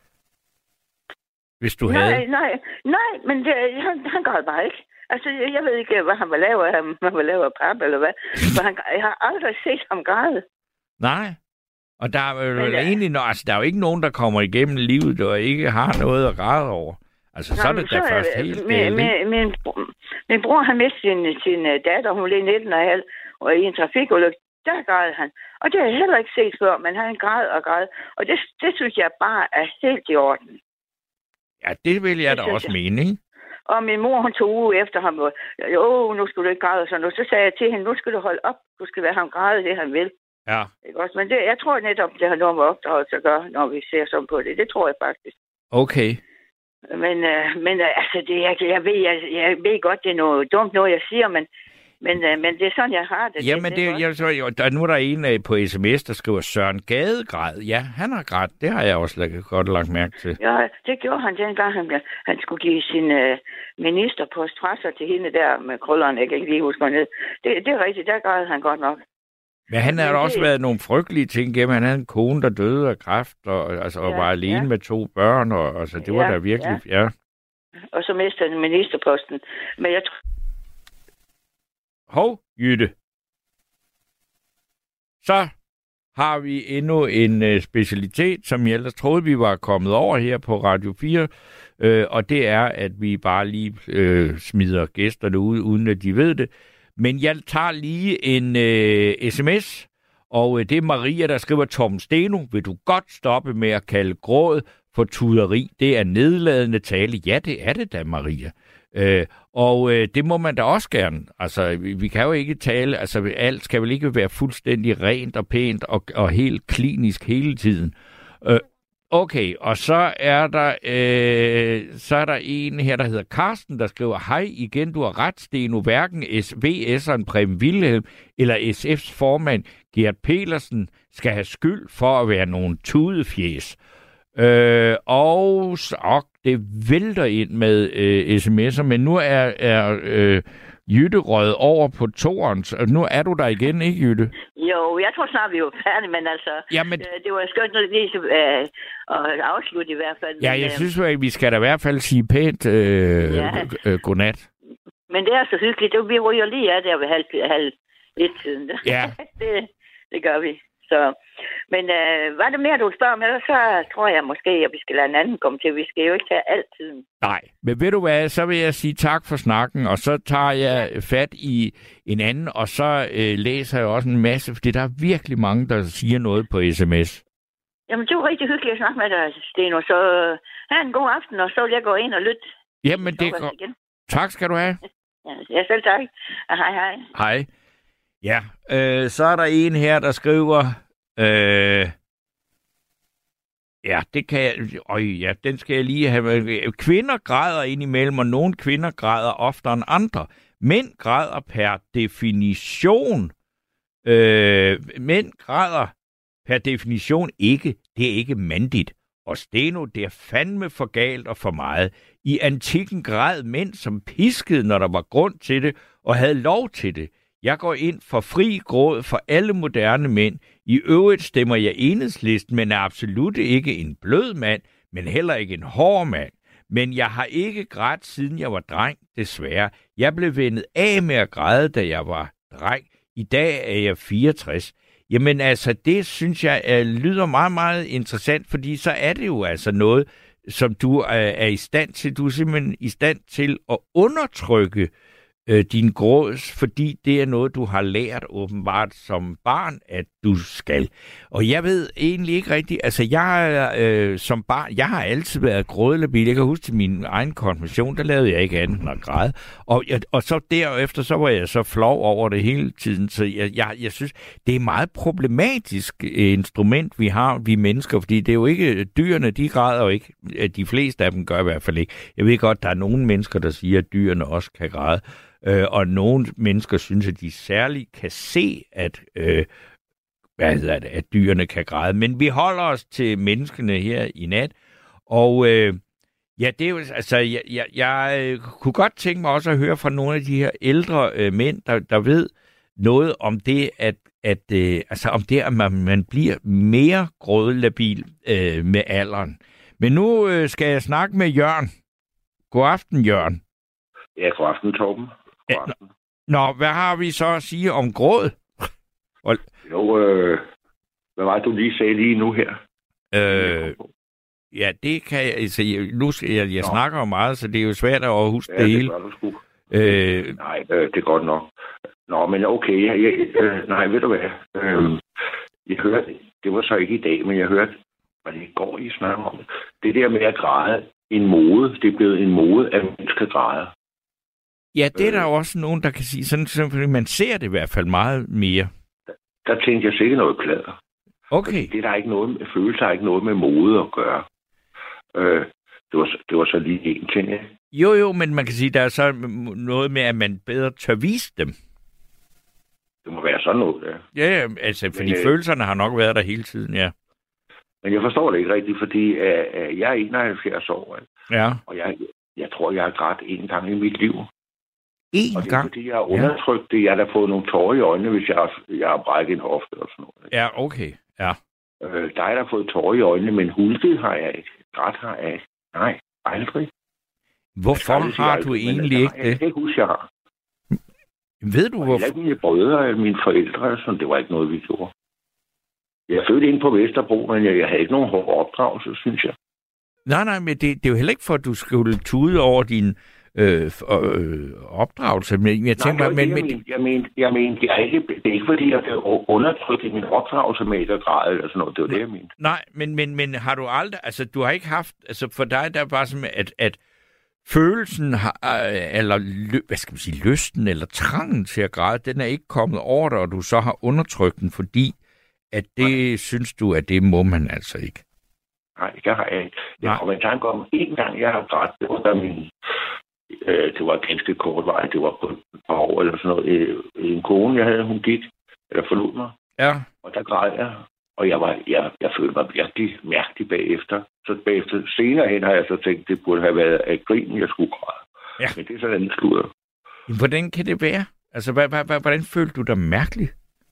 Hvis du nej, havde... Nej, nej, men det, han, han græd bare ikke. Altså, jeg ved ikke, hvad han var lavet af, hvad han var lavet af pap, eller hvad. Men han, jeg har aldrig set ham græde. Nej. Og der er jo ja. egentlig, no, altså, der er jo ikke nogen, der kommer igennem livet, og ikke har noget at græde over. Altså, nej, så er det da først jeg, helt min, min, min, min bror, han mistede sin, sin datter, hun blev nitten og halv, og i en trafikulykke, der græd han. Og det har jeg heller ikke set før, men han græd og græd. Og det, det synes jeg bare er helt i orden. Ja, det vil jeg det da også jeg. mene, ikke? Og min mor, hun tog uge efter ham, og jo, nu skal du ikke græde og sådan noget. Så sagde jeg til hende, nu skal du holde op, du skal være ham græde, det han vil. Ja. Ikke også? Men det, jeg tror netop, det har noget med opdragelse at gøre, når vi ser sådan på det. Det tror jeg faktisk. Okay. Men, øh, men øh, altså, det, jeg, jeg, ved, jeg, jeg ved godt, det er noget dumt noget, jeg siger, men, men, øh, men det er sådan, jeg har det. Jamen, det, det, det jeg, så, jo, der, nu er der en øh, på sms, der skriver Søren Gadegræd. Ja, han har grædt. Det har jeg også lagt, godt lagt mærke til. Ja, det gjorde han dengang, han, han skulle give sin øh, ministerpost fra sig til hende der med krøllerne. Jeg kan ikke lige huske mig ned. Det, det er rigtigt, der græd han godt nok. Men han har også det... været nogle frygtelige ting gennem. Han havde en kone, der døde af kræft, og, altså, ja, og var alene ja. med to børn, og altså, det ja, var da virkelig... Ja. ja. Og så mistede han ministerposten. Men jeg tror... Hov, Jytte. Så har vi endnu en øh, specialitet, som jeg ellers troede, vi var kommet over her på Radio fire, øh, og det er, at vi bare lige øh, smider gæsterne ud, uden at de ved det. Men jeg tager lige en øh, sms, og øh, det er Maria, der skriver, Tom Steno, vil du godt stoppe med at kalde gråd for tuderi? Det er nedladende tale. Ja, det er det da, Maria. Øh, og øh, det må man da også gerne. Altså, vi, vi kan jo ikke tale, altså alt skal vel ikke være fuldstændig rent og pænt og, og helt klinisk hele tiden. Øh, Okay, og så er der øh, så er der en her, der hedder Karsten, der skriver, hej igen, du har ret, Steno, hverken V S'eren Preben Wilhelm eller S F's formand Gert Petersen skal have skyld for at være nogen tudefjæs. Øh, og så det vælter ind med øh, sms'er, men nu er, er øh, Jytte røget over på toerens, og nu er du der igen, ikke Jytte? Jo, jeg tror snart, vi er færdige, men altså, Jamen, øh, det var skønt noget lige øh, at afslutte i hvert fald. Ja, men, jeg øh, synes jo, at vi skal da i hvert fald sige pænt øh, ja. øh, godnat. Men det er så hyggeligt, det, vi ryger lige af der ved halv, halv et tiden. Ja. det, det gør vi. Så, men øh, var det mere, du ville spørge om? Ellers så tror jeg måske, at vi skal lade en anden komme til. Vi skal jo ikke tage altid. Nej, men ved du hvad, så vil jeg sige tak for snakken, og så tager jeg fat i en anden, og så øh, læser jeg også en masse, fordi der er virkelig mange, der siger noget på sms. Jamen, det var rigtig hyggeligt at snakke med dig, Steno. Så øh, have en god aften, og så vil jeg gå ind og lytte. Jamen, det går. Tak skal du have. Ja, selv tak. Hej, hej. Hej. Ja, øh, så er der en her, der skriver... Øh, ja, det kan jeg... Øj, ja, den skal jeg lige have... Kvinder græder indimellem, og nogle kvinder græder oftere end andre. Mænd græder per definition... Øh, mænd græder per definition ikke. Det er ikke mandigt. Og Steno, det er fandme for galt og for meget. I antikken græd mænd som piskede, når der var grund til det, og havde lov til det. Jeg går ind for fri gråd for alle moderne mænd. I øvrigt stemmer jeg Enhedslisten, men er absolut ikke en blød mand, men heller ikke en hård mand. Men jeg har ikke grædt, siden jeg var dreng, desværre. Jeg blev vendet af med at græde, da jeg var dreng. I dag er jeg fireogtres. Jamen altså, det synes jeg uh, lyder meget, meget interessant, fordi så er det jo altså noget, som du uh, er i stand til. Du er simpelthen i stand til at undertrykke uh, din gråd, fordi det er noget, du har lært åbenbart som barn, at du skal. Og jeg ved egentlig ikke rigtigt, altså jeg er uh, som barn, jeg har altid været grådelabil. Jeg kan huske til min egen konfirmation, der lavede jeg ikke andet end at græde. Og, og så derefter, så var jeg så flov over det hele tiden. Så jeg, jeg, jeg synes, det er et meget problematisk instrument, vi har, vi mennesker, fordi det er jo ikke, dyrene, de græder jo ikke. De fleste af dem gør i hvert fald ikke. Jeg ved godt, der er nogle mennesker, der siger, at dyrene også kan græde. Øh, og nogle mennesker synes, at de særligt kan se, at, øh, hvad hedder det, at dyrene kan græde. Men vi holder os til menneskene her i nat. Og øh, ja, det er jo, altså, jeg, jeg, jeg kunne godt tænke mig også at høre fra nogle af de her ældre øh, mænd, der, der ved noget om det, at, at, øh, altså, om det, at man, man bliver mere grådelabil øh, med alderen. Men nu øh, skal jeg snakke med Jørgen. God aften, Jørgen. Ja, god aften, Torben. God aften. Nå, hvad har vi så at sige om gråd? Og... Jo, øh, hvad var det, du lige sagde lige nu her? Øh, ja, det kan jeg... Altså, nu jeg, jeg snakker jo meget, så det er jo svært at huske ja, det hele. Ja, det gør du sgu. Øh... Nej, øh, det er godt nok. Nå, men okay. Jeg, jeg, øh, nej, ved du hvad? Øh, jeg hørte... Det var så ikke i dag, men jeg hørte... Var det i går, I snakker om det? Det der med at græde en mode. Det er blevet en mode, at man skal græde. Ja, det er der øh, også nogen, der kan sige. Sådan, sådan, man ser det i hvert fald meget mere. Der, der tænkte jeg sikkert noget plader. Okay. Det er der ikke noget med, følelser har ikke noget med mode at gøre. Øh, det, var, det var så lige en ting, ikke? Jo, jo, men man kan sige, der er så noget med, at man bedre tør vise dem. Det må være sådan noget, ja. Ja, altså, fordi men, følelserne har nok været der hele tiden, ja. Men jeg forstår det ikke rigtigt, fordi uh, jeg er enoghalvfjerds år, ja. Og jeg, jeg tror, jeg har grædt en gang i mit liv. En og det er, gang? fordi jeg har undertrykt det. Jeg har da fået nogle tårer i øjnene, hvis jeg har, jeg har brækket en hofte og sådan noget. Ja, okay. Ja. Øh, der er der fået tårer i øjnene, men hulket har jeg ikke. Grædt har jeg ikke. Nej, aldrig. Hvorfor har aldrig, du egentlig ikke det? Jeg kan ikke huske, jeg har. Ved du, hvorfor? Ikke mine brødre eller mine forældre, sådan, det var ikke noget, vi gjorde. Jeg er født inde på Vesterbro, men jeg, jeg havde ikke nogen hård opdragelse, synes jeg. Nej, nej, men det, det er jo heller ikke for, at du skulle tude over din øh, øh, opdragelse. Men jeg tænker, nej, men, det, men, jeg mener, jeg mener, det er ikke, det er ikke fordi, jeg blev undertrykt i min opdragelse med et grad eller sådan noget. Det var det, jeg mente. Nej, men, men, men har du aldrig, altså du har ikke haft, altså for dig der er bare sådan, at, at følelsen, har, eller hvad skal man sige, lysten eller trangen til at græde, den er ikke kommet over dig, og du så har undertrykt den, fordi at det nej. Synes du, at det må man altså ikke. Nej, det har jeg ikke. Jeg kommer i tanke om, en gang jeg har grædt, det var da min, øh, det var ganske kort vej, det var på et par år eller sådan noget. Øh, en kone, jeg havde, hun gik, eller forlod mig. Ja. Og der græd jeg, og jeg, var, jeg, jeg følte mig virkelig mærkelig bagefter. Så bagefter, senere hen har jeg så tænkt, det burde have været af grin, jeg skulle græde. Ja. Men det er sådan en sludder. Hvordan kan det være? Altså, hvordan følte du dig mærkelig?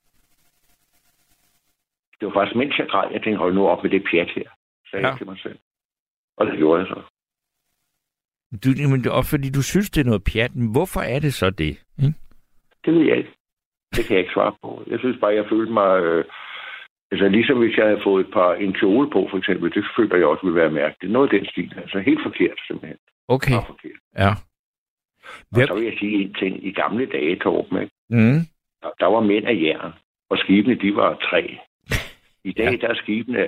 Det var faktisk, mens jeg græd, jeg tænkte, hold nu op med det pjat her. Sagde ja. Jeg til mig selv. Og det gjorde jeg så. Du, men det er også fordi, du synes, det er noget pjat. Men hvorfor er det så det? Hm? Det ved jeg ikke. Det kan jeg ikke svare på. Jeg synes bare, jeg følte mig... Øh, Altså ligesom hvis jeg havde fået et par en kjole på, for eksempel, det føler jeg også ville være mærkeligt. Noget af den stil, altså helt forkert simpelthen. Okay, Meget forkert. ja. Og så vil jeg sige en ting. I gamle dage, Torben, ikke? Mm. Der, der var mænd af jern, og skibene, de var træ. I dag, Ja. der er skibene...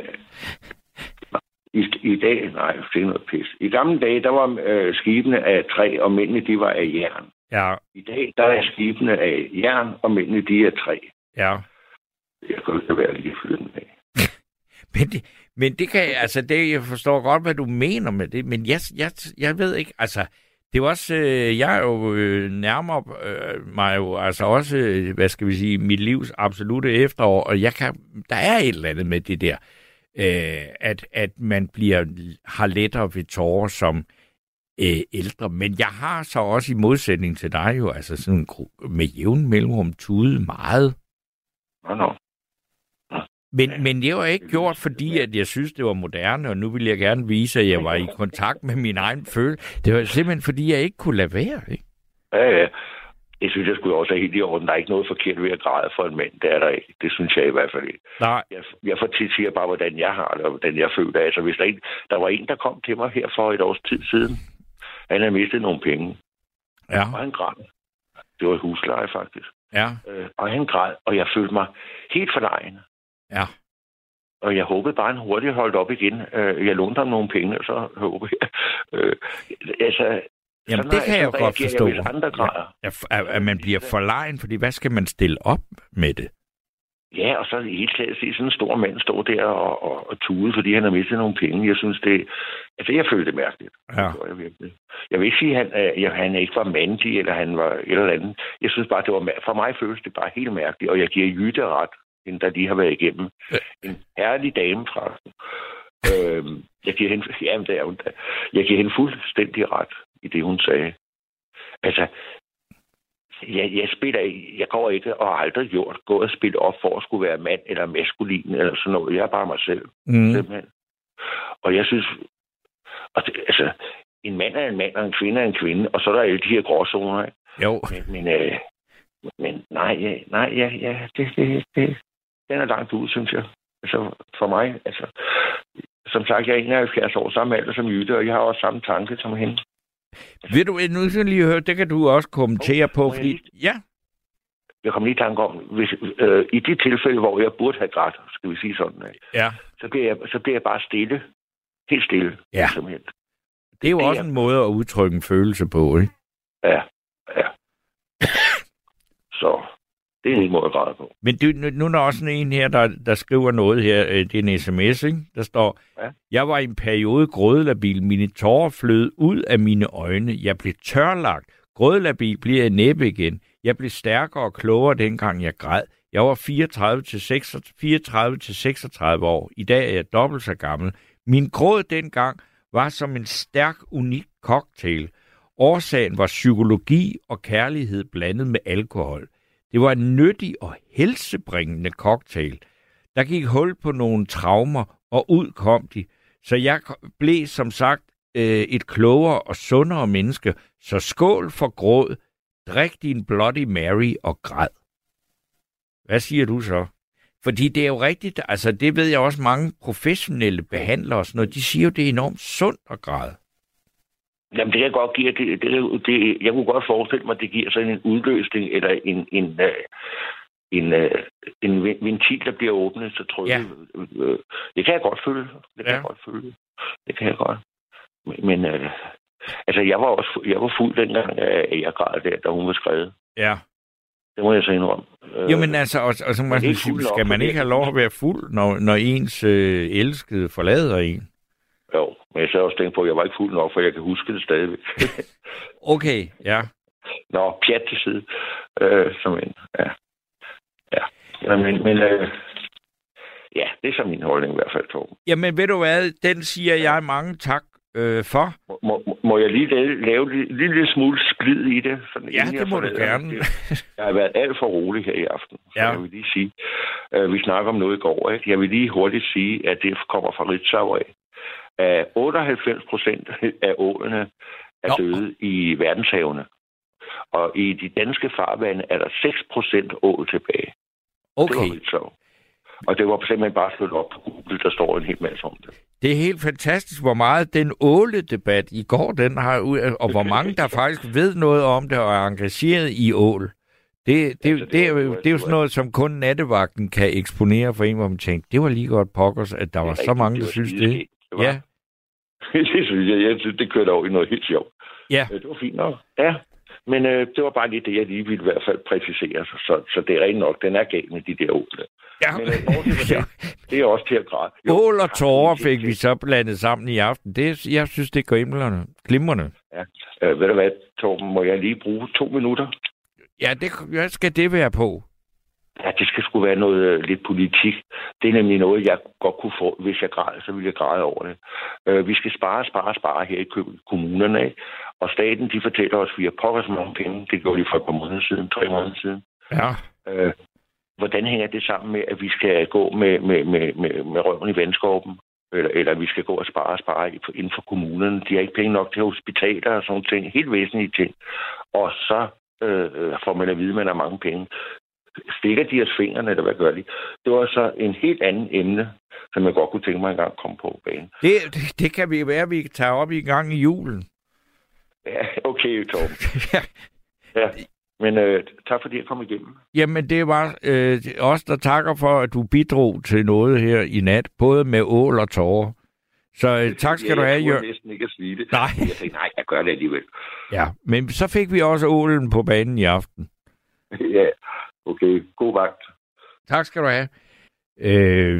I, I dag... Nej, det er noget pis. I gamle dage, der var øh, skibene af træ, og mændene, de var af jern. Ja, I dag, der er skibene af jern, og mændene, de er træ. ja. Jeg kan ikke være lige flyden af. Men det, men det kan altså det, jeg forstår godt, hvad du mener med det, men jeg, jeg, jeg ved ikke, altså, det er også, øh, jeg er jo øh, nærmere øh, mig jo, altså også, øh, hvad skal vi sige, mit livs absolute efterår, og jeg kan, der er et eller andet med det der, øh, at, at man bliver, har lettere ved tårer som øh, ældre, men jeg har så også i modsætning til dig jo, altså sådan med jævn mellemrum tude meget. Nå, nå. Men, men det var ikke gjort, fordi at jeg synes, det var moderne, og nu vil jeg gerne vise, at jeg var i kontakt med min egen følelse. Det var simpelthen, fordi jeg ikke kunne lade være, ikke? Ja, ja. Jeg synes, jeg skulle også have helt i orden. Der er ikke noget forkert ved at græde for en mand. Det er der ikke. Det synes jeg i hvert fald ikke. Nej. Jeg, jeg for tit siger bare, hvordan jeg har det, og hvordan jeg føler. Altså, hvis der, en, der var en, der kom til mig her for et års tid siden. Han havde mistet nogle penge. Ja. Og han græd. Det var husleje, faktisk. Ja. Øh, og han græd, og jeg følte mig helt forlegen. Ja. Og jeg håbede bare, at han hurtigt holdt op igen. Øh, jeg lånte ham nogle penge, og så håbede jeg. Øh, altså, Jamen, sådan det er- kan jeg jo sådan godt reagerer forstå. Jeg, hvis andre græder. Ja, at, at man bliver forlegen, fordi hvad skal man stille op med det? Ja, og så i hele taget se sådan en stor mand stå der og, og, og tude, fordi han har mistet nogle penge. Jeg synes, det... Altså, jeg følte det mærkeligt. Ja. Det gjorde jeg virkelig. Jeg vil ikke sige, at han, øh, han ikke var mandig, eller han var et eller andet. Jeg synes bare, det var... mær- For mig føles det bare helt mærkeligt, og jeg giver Jytte ret, end der lige har været igennem. En herlig dame fra øhm, jeg giver hende... Jamen, det er hun da. Jeg giver hende fuldstændig ret i det, hun sagde. Altså... Jeg, jeg spiller ikke, jeg går ikke og har aldrig gjort, gået og spille op for at skulle være mand eller maskulin eller sådan noget. Jeg er bare mig selv. Mm. Simpelthen. Og jeg synes, og det, altså, en mand er en mand, og en kvinde er en kvinde, og så er der alle de her gråzoner, ikke? Jo. Men, men, øh, men nej, ja, nej, ja, ja, det, det, det, den er langt ude, synes jeg. Altså, for mig, altså, som sagt, jeg er enoghalvfjerds år, samme alder som Jytte, og jeg har også samme tanke som hende. Ved du, nu skal jeg lige høre, det kan du også kommentere på, Må jeg fordi... lige- Ja, Jeg kommer lige i tanke om, hvis, øh, i de tilfælde, hvor jeg burde have grædt, skal vi sige sådan, ikke? ja. så bliver jeg, så bliver jeg bare stille. Helt stille. Ja. Simpelthen. Det er jo Det også er- en måde at udtrykke en følelse på, ikke? Ja, ja. Så det er en måde at græde på. Men du, nu, nu er der også en her, der, der skriver noget her. øh, Det er en sms, ikke? Der står, Ja. jeg var i en periode grådlabil. Mine tårer flød ud af mine øjne. Jeg blev tørlagt. Grådlabil bliver jeg næppe igen. Jeg blev stærkere og klogere, dengang jeg græd. Jeg var fireogtredive til seksogtredive år. I dag er jeg dobbelt så gammel. Min gråd dengang var som en stærk, unik cocktail. Årsagen var psykologi og kærlighed blandet med alkohol. Det var en nyttig og helsebringende cocktail. Der gik hul på nogle traumer, og ud kom de. Så jeg blev som sagt øh, et klogere og sundere menneske. Så skål for gråd. Drik din Bloody Mary og græd. Hvad siger du så? Fordi det er jo rigtigt, altså det ved jeg også mange professionelle behandlere og sådan noget, de siger jo, det er enormt sundt at græde. Jamen, det kan jeg godt give. Det, det, det, jeg kunne godt forestille mig, at det giver sådan en udløsning, eller en, en, øh, en, øh, en ventil, der bliver åbnet, så tror jeg. Ja. Øh, det kan jeg godt føle. Det kan Ja. jeg godt føle. Det kan jeg godt. Men, men øh, altså, jeg var også jeg var fuld dengang, at jeg græd der, da hun var skrevet. Ja. Det må jeg så indrømme. Øh, Jo, men altså, og, og så man ikke sige, fuld nok skal for man det. ikke have lov at være fuld, når, når ens øh, elskede forlader en? Jo, men jeg så også tænkt på, at jeg var ikke fuld nok, for jeg kan huske det stadigvæk. Okay, ja. Nå, pjat til side. Øh, som en, ja. Ja, ja men, men øh, ja, det er så min holdning i hvert fald, Torben. Jamen, ved du hvad, den siger jeg mange tak øh, for. Må, må, må jeg lige lave, lave en lille, lille smule sklid i det? Sådan, Ja, inden jeg det må du forlader gerne. det? Jeg har været alt for rolig her i aften, så Ja. jeg vil lige sige. Øh, vi snakker om noget i går, ikke? Jeg vil lige hurtigt sige, at det kommer fra Ritzau af. At otteoghalvfems procent af ålene er Nå. døde i verdenshavene. Og i de danske farvande er der seks procent ål tilbage. Det var Okay, Ritzau. Og det var simpelthen bare slået op på Google, der står en hel masse om det. Det er helt fantastisk, hvor meget den åle-debat i går, den har ud, og hvor mange der faktisk ved noget om det og er engageret i ål. Det, det, altså, det, det, er, jo, det er jo sådan noget, som kun nattevagten kan eksponere for en, hvor man tænker, det var lige godt pokkers, at der var så mange, der synes det. det var, ja. det synes jeg. Jeg synes, det kørte over i noget helt sjovt. Ja. Det var fint nok. Ja. Men øh, det var bare lige det, jeg lige ville i hvert fald præcisere. Så, så, så det er rent nok, den er galt med de der ål. Ja. Men øh, det, ja. det er også til at græde. Jo, ål og tårer fik vi så blandet sammen i aften. Det, jeg synes, det er glimrende. glimrende. Ja. Øh, ved du hvad, Torben, må jeg lige bruge to minutter? Ja, det, hvad skal det være på? Ja, det skal sgu være noget øh, lidt politik. Det er nemlig noget, jeg godt kunne få. Hvis jeg græder, så vil jeg græde over det. Øh, vi skal spare, spare, spare her i kommunerne af. Og staten, de fortæller os, at vi har pokker så mange penge. Det gjorde de for et par måneder siden, tre måneder siden. Ja. Øh, hvordan hænger det sammen med, at vi skal gå med, med, med, med, med røven i vandskorpen? Eller, eller vi skal gå og spare og spare inden for kommunerne. De har ikke penge nok til hospitaler og sådan ting. Helt væsentlige ting. Og så øh, får man at vide, at man har mange penge. Stikker de os fingrene, eller hvad gør de? Det var så en helt anden emne, som jeg godt kunne tænke mig engang at komme på banen. Det, det, det kan vi være, vi kan tage op i gang i julen. Ja, okay, Torben. ja. ja. Men øh, tak fordi jeg kom igennem. Jamen, det var øh, os, der takker for, at du bidrog til noget her i nat, både med ål og tårer. Så øh, tak skal ja, du have, Jørgen. Jeg tror næsten ikke at sige det. Nej. Jeg tænkte, nej, jeg gør det alligevel. Ja, men så fik vi også ålen på banen i aften. ja, okay. God vagt. Tak skal du have. Øh,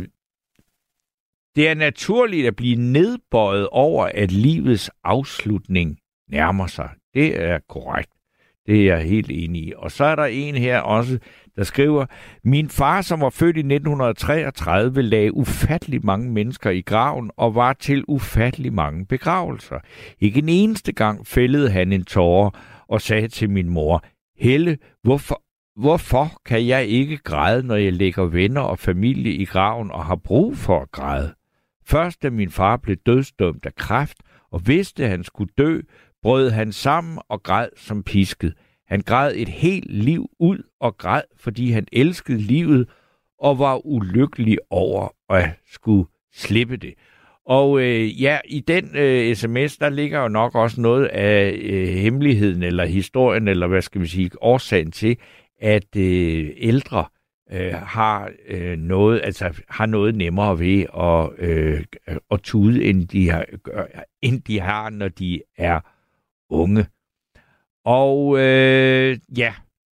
det er naturligt at blive nedbøjet over, at livets afslutning nærmer sig. Det er korrekt. Det er jeg helt enig i. Og så er der en her også, der skriver, min far, som var født i nitten treogtredive, lagde ufattelig mange mennesker i graven og var til ufattelig mange begravelser. Ikke en eneste gang fældede han en tåre og sagde til min mor, Helle, hvorfor, hvorfor kan jeg ikke græde, når jeg lægger venner og familie i graven og har brug for at græde? Først da min far blev dødsdømt af kræft og vidste, at han skulle dø, brød han sammen og græd som pisket. Han græd et helt liv ud og græd, fordi han elskede livet og var ulykkelig over at skulle slippe det. Og øh, ja, i den øh, sms, der ligger jo nok også noget af øh, hemmeligheden eller historien, eller hvad skal vi sige, årsagen til, at øh, ældre øh, har øh, noget, altså har noget nemmere ved at, øh, at tude, end de, har, end de har, når de er unge. Og øh, ja,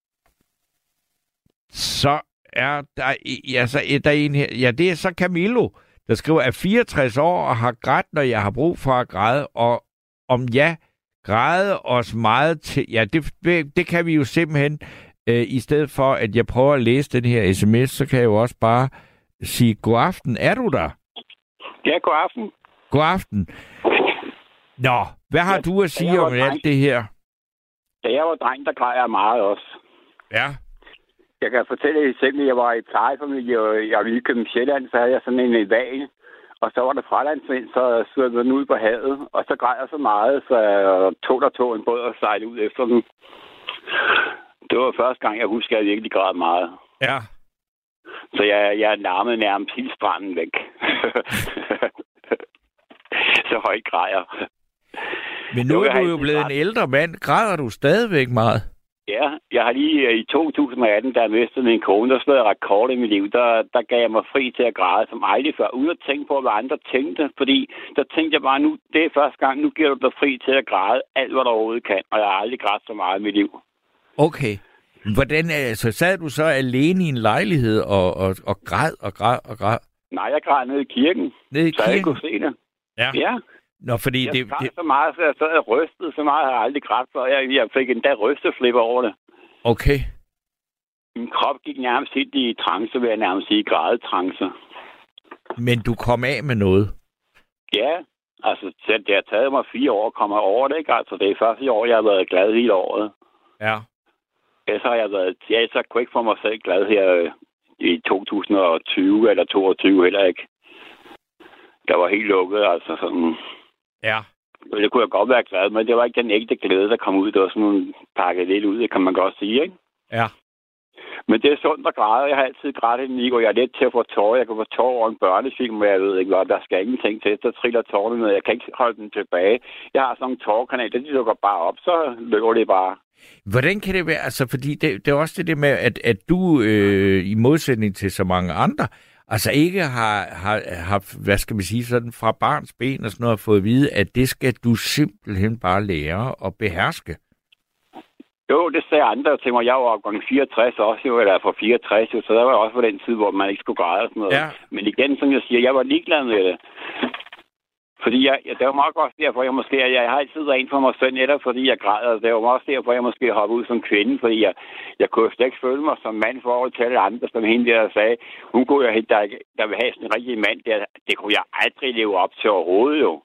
så er der, ja, så er der en her, ja, det er så Camillo, der skriver, at fireogtres år og har grædt, når jeg har brug for at græde, og om jeg græde os meget til, ja, det, det kan vi jo simpelthen, øh, i stedet for, at jeg prøver at læse den her sms, så kan jeg jo også bare sige, god aften, er du der? Ja, god aften. God aften. Nå, hvad har ja, du at sige om dreng, alt det her? Da jeg var dreng, der græd jeg meget også. Ja. Jeg kan fortælle et eksempel. Jeg var i plejefamilie, og jeg ville komme til Sjælland, så havde jeg sådan en val. Og så var der fralandsvind, så svømmede den ud på havet. Og så græd jeg så meget, så jeg tog der tog en båd og sejlede ud efter den. Det var første gang, jeg husker, at jeg virkelig græd meget. Ja. Så jeg, jeg larmede nærmest hele stranden væk. Så højt græd jeg. Men nu er du jo blevet en ældre mand. Græder du stadigvæk meget? Ja, jeg har lige i to tusind atten, da jeg mistede min kone, der slog jeg rekord i mit liv. Der, der gav jeg mig fri til at græde som aldrig før, uden at tænke på, hvad andre tænkte. Fordi der tænkte jeg bare, nu det er første gang, nu giver du dig fri til at græde alt, hvad du overhovedet kan. Og jeg har aldrig grædt så meget i mit liv. Okay. Hvordan, altså, sad du så alene i en lejlighed og, og, og græd og græd og græd? Nej, jeg græd nede i kirken. Nede i kirken? Så jeg kunne se det. Ja. Ja. Nå, fordi jeg det, græd det... så meget, så jeg sad og rystede så meget, jeg har aldrig grædt før. Jeg, jeg fik endda rysteflipper over det. Okay. Min krop gik nærmest helt i trance, vil jeg nærmest sige, grædetrance. Men du kom af med noget? Ja, altså det har taget mig fire år at komme over det, ikke? Altså det er første år, jeg har været glad hele året. Ja. Ellers har jeg været, ja, så kunne jeg ikke få mig selv glad her øh, i to tusind og tyve eller toogtyve heller ikke. Jeg var helt lukket, altså sådan. Ja. Det kunne jeg godt være glad, men det var ikke den ægte glæde, der kom ud. Det var sådan nogle pakket lidt ud, det kan man godt sige, ikke? Ja. Men det er sundt at græde. Jeg har altid grædt i Nico. Jeg er let til at få tårer. Jeg kan få tårer over en børnefilm, men jeg ved ikke hvad. Der skal ingenting til. Der triller tårerne ned. Jeg kan ikke holde dem tilbage. Jeg har sådan nogle tårerkanaler. De lukker bare op. Så løber det bare. Hvordan kan det være? Altså, fordi det, det er også det der med, at, at du øh, i modsætning til så mange andre, altså ikke har, har, har, hvad skal man sige, sådan fra barns ben og sådan noget, fået at vide, at det skal du simpelthen bare lære og beherske. Jo, det sagde andre til mig. Jeg var opgang fireogtres også, jo, eller fra fireogtres, jo, så der var også på den tid, hvor man ikke skulle græde og sådan noget. Ja. Men igen, som jeg siger, jeg var ligeglad med det. Fordi jeg, jeg, det var meget godt derfor, jeg måske, jeg, jeg har altid været en for mig selv, netop fordi jeg græder. Det var også derfor, jeg måske hoppede ud som kvinde, fordi jeg, jeg kunne slet ikke føle mig som mand for at tale andre, som hende der sagde. Hun kunne jo, der, der vil have sådan en rigtig mand, der, det kunne jeg aldrig leve op til overhovedet, jo.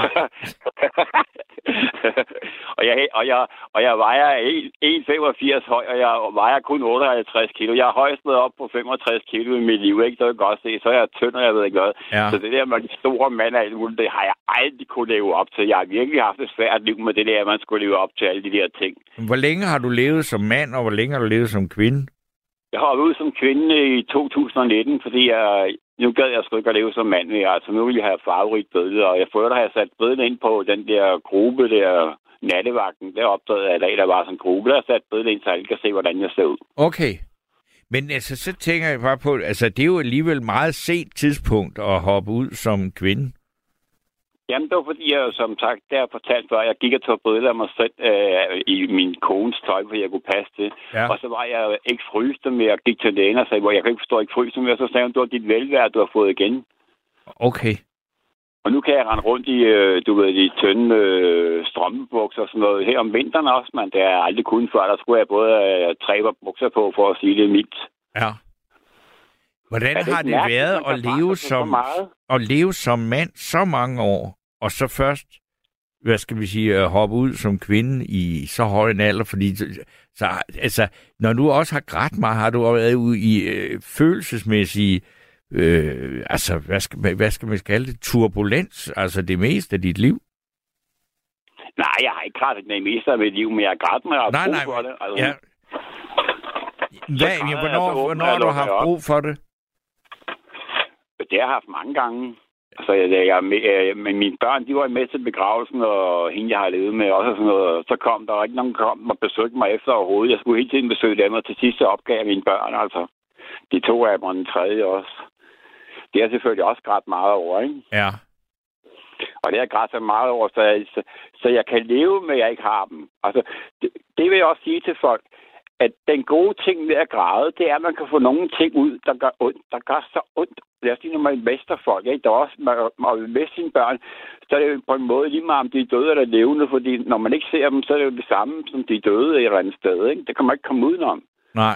og, jeg, og, jeg, og jeg vejer en komma femogfirs høj, og jeg vejer kun otteoghalvtreds kilo. Jeg har højst været op på femogtres kilo i mit liv, ikke? Det kan godt se. Så er jeg tynd, og jeg ved ikke hvad. Ja. Så det der med de store mænd og alt muligt, det har jeg aldrig kunne leve op til. Jeg har virkelig haft et svært liv med det der, at man skulle leve op til alle de der ting. Hvor længe har du levet som mand, og hvor længe har du levet som kvinde? Jeg har været ude som kvinde i to tusind nitten, fordi jeg... Nu gad jeg sgu ikke at leve som mand. Altså, nu vil jeg have farverigt billede, og jeg får der har jeg sat billedet ind på den der gruppe der, nattevagten. Der opdagede jeg i dag, der var sådan en gruppe, der har sat billedet ind, så alle kan se, hvordan jeg ser ud. Okay. Men altså, så tænker jeg bare på, altså, det er jo alligevel meget sent tidspunkt at hoppe ud som kvinde. Jamen, det var fordi, jeg som sagt, der fortalte før, jeg gik og tog billeder af mig selv øh, i min kones tøj, for jeg kunne passe det. Ja. Og så var jeg ikke fryste med, og gik til lægen og sagde, hvor jeg kan ikke forstå, ikke fryste med, og så sagde hun, du har dit velvære, du har fået igen. Okay. Og nu kan jeg rende rundt i, øh, du ved, de tynde øh, strømpebukser og sådan noget. Her om vinteren også, man, det er aldrig kun før, der skulle jeg både øh, træbe bukser på, for at sige det mildt. Ja. Hvordan det har det mærke, været at leve, som, at leve som mand så mange år, og så først, hvad skal vi sige, at hoppe ud som kvinde i så høj en alder? Fordi så, altså, når du også har grædt mig, har du været ude i øh, følelsesmæssige, øh, altså, hvad skal, hvad skal man kalde det, turbulens, altså det meste af dit liv? Nej, jeg har ikke grædt det meste af mit liv, men jeg har grædt mig og nej, brug nej, for det. Altså, ja. Hvad, ja, hvornår, hvornår har du haft brug for det? Det har jeg haft mange gange. Altså, jeg, jeg, med, med mine børn, de var med til begravelsen, og hende, jeg har levet med, også sådan noget. Så kom der ikke nogen, kom og besøgte mig efter overhovedet. Jeg skulle hele tiden besøge dem, og til sidst så opgav jeg mine børn, altså. De to af dem, og den tredje også. Det har selvfølgelig også grædt meget over, ikke? Ja. Og det har grædt så meget over, så jeg, så, så jeg kan leve med, at jeg ikke har dem. Altså, det, det vil jeg også sige til folk, at den gode ting ved at græde, det er, at man kan få nogle ting ud, der gør ondt, der gør så ondt. Lad os sige, når man mester folk, ikke? Der er også, man, man vil miste sine børn, så er det jo på en måde lige meget, om de er døde eller levende, fordi når man ikke ser dem, så er det jo det samme, som de er døde et eller andet sted, ikke? Det kan man ikke komme udenom. Nej.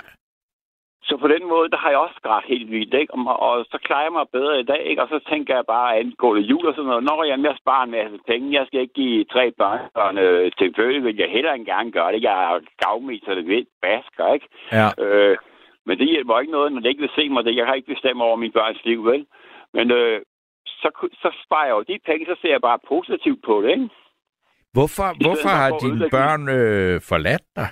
Så på den måde, der har jeg også grædt helt vildt, ikke? Og, og så klarer jeg mig bedre i dag, ikke? Og så tænker jeg bare, at gå til jul og sådan noget. Når jeg mere sparer en masse penge, jeg skal ikke give tre børn øh, til følge, vil jeg heller ikke gerne gøre det. Jeg er gavmig, så det ved basker, ikke? Ja. Øh, men det hjælper ikke noget, når det ikke vil se mig. Det. Jeg har ikke bestemt over min børns liv, vel? Men øh, så, så sparer jeg jo de penge, så ser jeg bare positivt på det, ikke? Hvorfor, hvorfor har dine børn øh, forladt dig?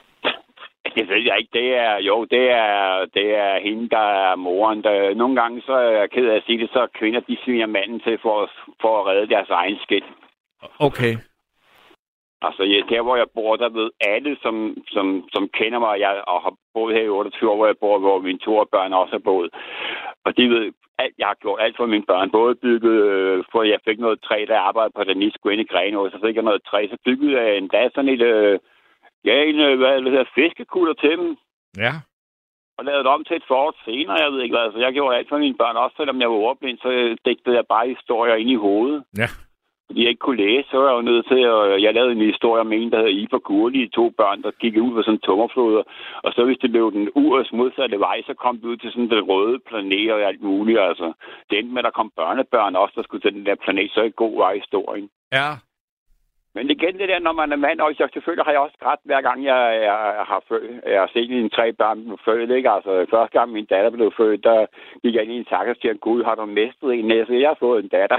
Det ved jeg ikke. Det er, jo, det er, det er hende, der er moren. Der, nogle gange, så er jeg ked af at sige det, så kvinder, de sviner manden til for, for at redde deres egen skidt. Okay. Altså, ja, der hvor jeg bor, der ved alle, som, som, som kender mig, jeg og har boet her i otteogtyve år, hvor jeg bor, hvor mine to børn også har boet. Og de ved, alt, jeg har gjort alt for mine børn. Både bygget, øh, for jeg fik noget træ, der arbejdede på den nisko inde i Grenaa, så fik jeg noget træ, så byggede jeg endda sådan et... Øh, Ja, en, hvad det hedder, fiskekutter til dem. Ja. Og lavede det om til et fort senere, jeg ved ikke hvad. Så jeg gjorde alt for mine børn, også selvom jeg var ordblind, så digtede jeg bare historier ind i hovedet. Ja. Fordi jeg ikke kunne læse, så var jeg jo nødt til at... Jeg lavede en historie om en, der hedder Iber Gurli, to børn, der gik ud på sådan en tømmerflod. Og så hvis det blev den urets modsatte vej, så kom det ud til sådan den røde planet og alt muligt. Altså, det endte med, at der kom børnebørn også, der skulle til den der planet, så er det god vej historien. Ja. Men igen det der, når man er mand, og jeg selvfølgelig har jeg også grædt, hver gang jeg, jeg har født. Jeg har set mine tre børn blive født, ikke? Altså, første gang min datter blev født, der gik jeg ind i en takke og siger, Gud, har du mistet en næse? Jeg har fået en datter.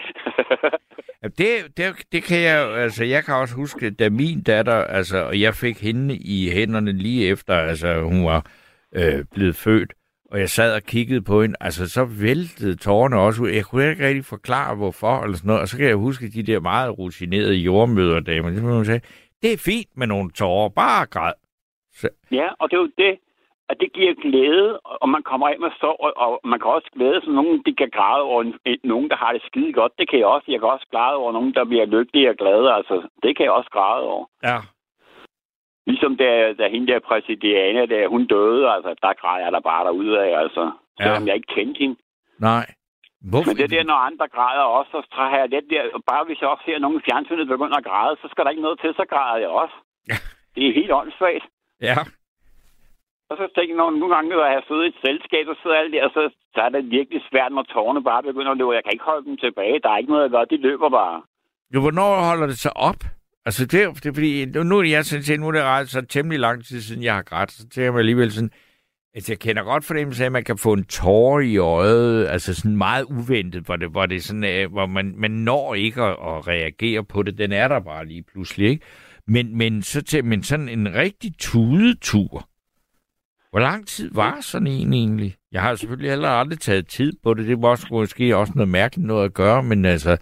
Ja, det, det, det kan jeg altså, jeg kan også huske, da min datter, altså, og jeg fik hende i hænderne lige efter, altså, hun var øh, blevet født. Og jeg sad og kiggede på hende, altså så væltede tårerne også ud. Jeg kunne ikke rigtig forklare, hvorfor, eller sådan noget. Og så kan jeg huske de der meget rutinerede jordmøderdamer. Det, sagde, det er fint med nogle tårer, bare græd. Så... Ja, og det er jo det, at det giver glæde, og man kommer af med sorg, og man kan også glæde sig, nogen de kan græde over en, en, nogen, der har det skide godt. Det kan jeg også. Jeg kan også græde over nogen, der bliver lykkelige og glade. Altså, det kan jeg også græde over. Ja. Ligesom da, da hende der præsidiane, da hun døde, altså, der græd jeg der bare derude af, altså. Selvom ja. jeg ikke kendte hende. Nej. Hvorfor? Men det der, når andre græder også, så har jeg det der, bare hvis jeg også ser nogen i fjernsynet begynder at græde, så skal der ikke noget til, så græder jeg også. Ja. Det er helt åndssvagt. Ja. Og så tænker jeg, når nogle gange, når jeg har siddet i et selskab, og sidder alt der, så, så er det virkelig svært, når tårerne bare begynder at løbe. Jeg kan ikke holde dem tilbage. Der er ikke noget at gøre. De løber bare. Jo, hvornår holder det sig op? Altså, det er, det er fordi, nu er jeg sådan set, nu er det ret så temmelig lang tid siden, jeg har grædt. Så tænker jeg mig alligevel sådan, at jeg kender godt fornemmelse af, at man kan få en tårer i øjet, altså sådan meget uventet, hvor det, hvor det sådan, hvor man, man når ikke at, at reagere på det. Den er der bare lige pludselig, ikke? Men, men, så til, men sådan en rigtig tudetur. Hvor lang tid var sådan en egentlig? Jeg har selvfølgelig heller aldrig taget tid på det. Det var også, måske også noget mærkeligt noget at gøre, men altså...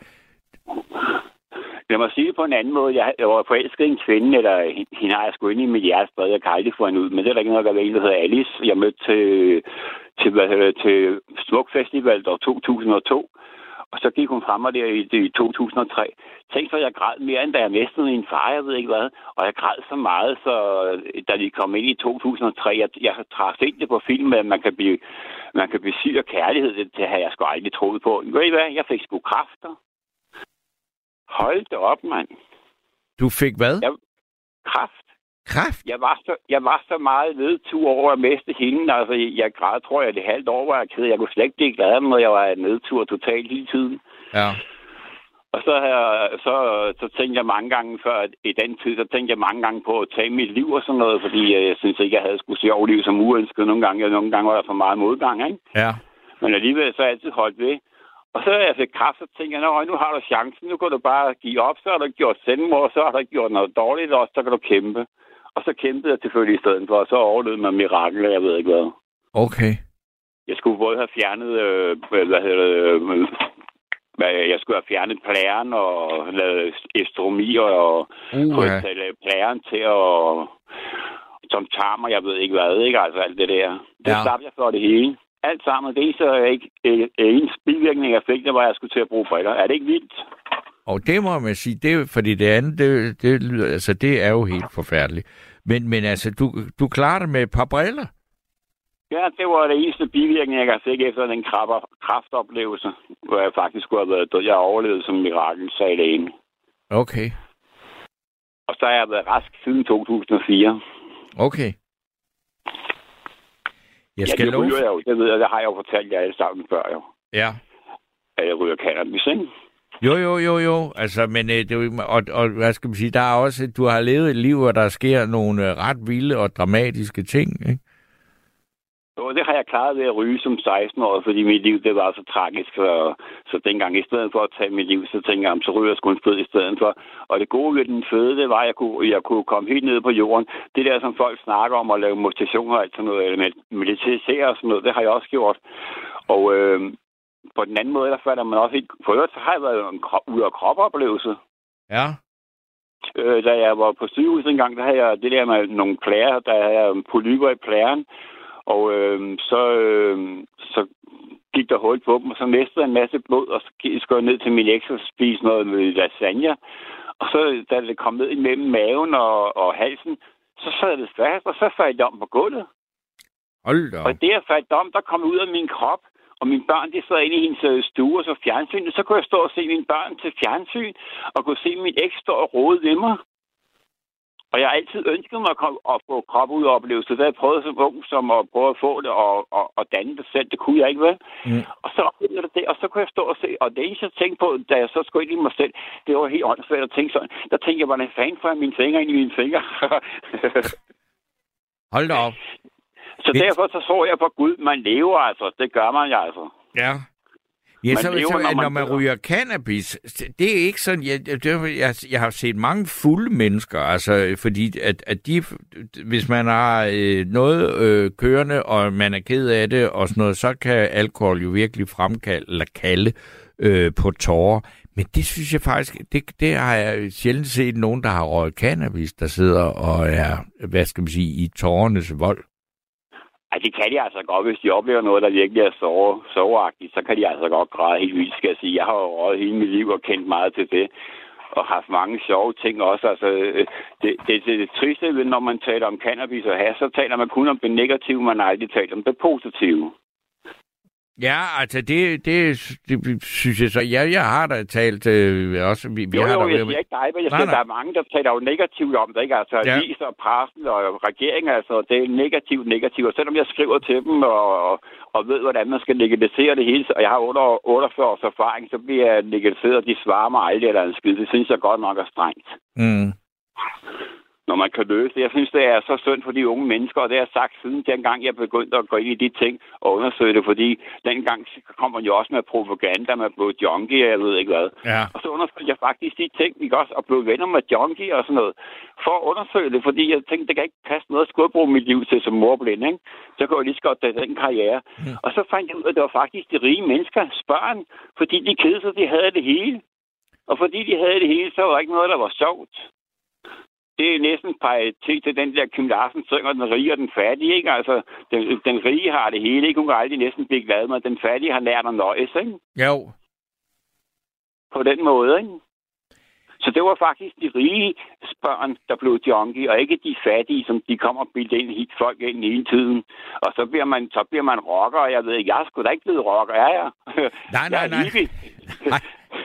Jeg må sige det på en anden måde. Jeg, jeg var forelsket en kvinde, eller hende har jeg sgu inde i mit hjertespred. Jeg kan aldrig få hende ud, men det er der ikke noget at gøre. En, der hedder Alice. Jeg mødte til, til, hvad hedder det, til Smuk Festival der to tusind og to. Og så gik hun frem mig der i, i to tusind og tre. Tænk så, jeg græd mere, end da jeg mistede min far, jeg ved ikke hvad. Og jeg græd så meget, så da de kom ind i to tusind og tre, jeg, jeg har set det på film, at man kan blive, man kan blive syg af kærlighed. Det har jeg sgu aldrig troet på. Ved I hvad? Jeg fik sgu kræfter. Hold det op, mand. Du fik hvad? Jeg, kræft. Kræft? Jeg var så, jeg var så meget nedtur over at miste hende. Altså, jeg græd, tror jeg, det halvt år var jeg ked. Jeg kunne slet ikke blive glad, når jeg var nedtur totalt hele tiden. Ja. Og så, så, så tænkte jeg mange gange før, at i den tid, så tænkte jeg mange gange på at tage mit liv og sådan noget, fordi jeg synes ikke, jeg havde skulle se over liv som uønsket nogle gange. Nogle gange var der for meget modgang, ikke? Ja. Men alligevel så har jeg altid holdt ved. Og så jeg fik kræft, så tænkte jeg, nu har du chancen, nu kan du bare give op, så har du gjort selvmord, så har du gjort noget dårligt også, så kan du kæmpe. Og så kæmpede jeg selvfølgelig i stedet for, og så overlevede man mirakel, jeg ved ikke hvad. Okay. Jeg skulle både have fjernet, øh, hvad hedder det, øh, jeg skulle have fjernet plæren og lavet estromi og uh, ja. lavet plæren til at, som tarmer, jeg ved ikke hvad, ikke? Altså alt det der. Det ja. slap jeg for det hele. Alt sammen, det er så ikke øh, en bivirkning, jeg fik, det var, at jeg skulle til at bruge briller. Er det ikke vildt? Og det må man sige, det, fordi det andet, det, det, lyder, altså, det er jo helt forfærdeligt. Men, men altså, du, du klarer det med et par briller? Ja, det var det eneste bivirkning, jeg fik efter den kræftoplevelse, hvor jeg faktisk skulle have været død. Jeg overlevede som mirakel, sagde det ene. Okay. Og så har jeg været rask siden to tusind og fire. Okay. Jeg skal ja, det love... ryger jeg jo. Det ved jeg, det har jeg jo fortalt jer alle sammen før jo. Ja. At jeg ryger cannabis, ikke? Jo, jo, jo, jo. Altså, men øh, det, og, og hvad skal man sige, der er også, du har levet et liv, hvor der sker nogle øh, ret vilde og dramatiske ting, ikke? Jo, det har jeg klaret ved at ryge som seksten-årig, fordi mit liv, det var så tragisk. Så, så dengang, i stedet for at tage mit liv, så tænkte jeg, så ryger jeg sgu en fød i stedet for. Og det gode ved den føde, det var, at jeg kunne, jeg kunne komme helt ned på jorden. Det der, som folk snakker om at lave motivationer og alt sådan noget, eller meditere og sådan noget, det har jeg også gjort. Og øh, på den anden måde, der falder man også helt... For øvrigt, så har jeg været en krop, ud af kropoplevelse. Ja. Øh, da jeg var på sygehus en gang, der havde jeg det der med nogle plærer, der havde jeg polyper i plæren. Og øh, så, øh, så gik der hul på dem, og så mistede jeg en masse blod, og så skulle jeg ned til min eks og spise noget med lasagne. Og så, da det kom ned imellem maven og, og halsen, så sad det fast, og så faldt jeg om på gulvet. Hold da. Og det, jeg faldt om, der kom ud af min krop, og mine børn, de sad inde i hendes stue og så fjernsyn. Så kunne jeg stå og se mine børn til fjernsyn, og kunne se min eks stå og rode ved mig. Og jeg har altid ønsket mig at, komme, at få krop ud og opleve, så da jeg prøvede som ung, som at prøve at få det og, og, og danne det selv, det kunne jeg ikke, vel? Mm. Og så oplevede jeg det, og så kunne jeg stå og se, og det eneste, jeg tænkte på, da jeg så skulle ind i mig selv, det var helt åndssvagt at tænke sådan. Der tænkte jeg, hvordan fanden får jeg mine fingre ind i mine fingre? Hold da op. Så Vist. Derfor så så jeg på Gud, man lever altså, det gør man jo altså. Ja. Ja, man så, lever, så, når man, når man ryger cannabis, det er ikke sådan, jeg, jeg, jeg har set mange fulde mennesker, altså fordi at, at de, hvis man har øh, noget øh, kørende, og man er ked af det og sådan noget, så kan alkohol jo virkelig fremkalde eller kalde øh, på tårer. Men det synes jeg faktisk, det, det har jeg sjældent set nogen, der har røget cannabis, der sidder og er, hvad skal man sige, i tårernes vold. Ej, det kan de altså godt, hvis de oplever noget, der virkelig er sove, soveagtigt, så kan de altså godt græde helt vildt, skal jeg sige. Jeg har jo røget hele mit liv og kendt meget til det, og haft mange sjove ting også. Altså, det, det, det, det triste, når man taler om cannabis og has, så taler man kun om det negative, man aldrig taler om det positive. Ja, altså det, det, det synes jeg så. Ja, jeg har da talt øh, også. Vi, vi jo, har jo, der, jeg siger ikke dig, men jeg siger, der er mange, der taler jo negativt om det, ikke? Altså, ja. aviser og pressen og regeringen, altså, det er negativt, negativt. Og selvom jeg skriver til dem og, og, og ved, hvordan man skal legalisere det hele, og jeg har otteogfyrre års erfaring, så bliver jeg legaliseret, og de svarer mig aldrig eller en skid. Det synes jeg godt nok er strengt. Mm. Når man kan løse det. Jeg synes, det er så synd for de unge mennesker, og det har jeg sagt siden dengang, jeg begyndte at gå ind i de ting og undersøge det, fordi dengang kom man jo også med propaganda, med blod junkie, jeg ved ikke hvad. Ja. Og så undersøgte jeg faktisk de ting, ikke også, og blev venner med junkie og sådan noget, for at undersøge det, fordi jeg tænkte, det kan ikke passe noget at skulle bruge mit liv til som morblind, ikke? Så kunne jeg lige så godt tage den karriere. Mm. Og så fandt jeg ud af, at det var faktisk de rige mennesker, spørgen, fordi de kedede sig, de havde det hele. Og fordi de havde det hele, så var der ikke noget, der var sjovt. Det er næsten paritet til den der Kim Larsen synger, den rige og den fattige, ikke? Altså, den, den rige har det hele, ikke? Hun kan aldrig næsten blive glad med, den fattige har lært at nøjes, ikke? Jo. På den måde, ikke? Så det var faktisk de rige børn, der blev junkie, og ikke de fattige, som de kommer og bilder ind hit folk ind hele tiden. Og så bliver man, så bliver man rocker, og jeg ved ikke, jeg er sgu da ikke blevet rocker, er jeg? Nej, nej, nej. nej.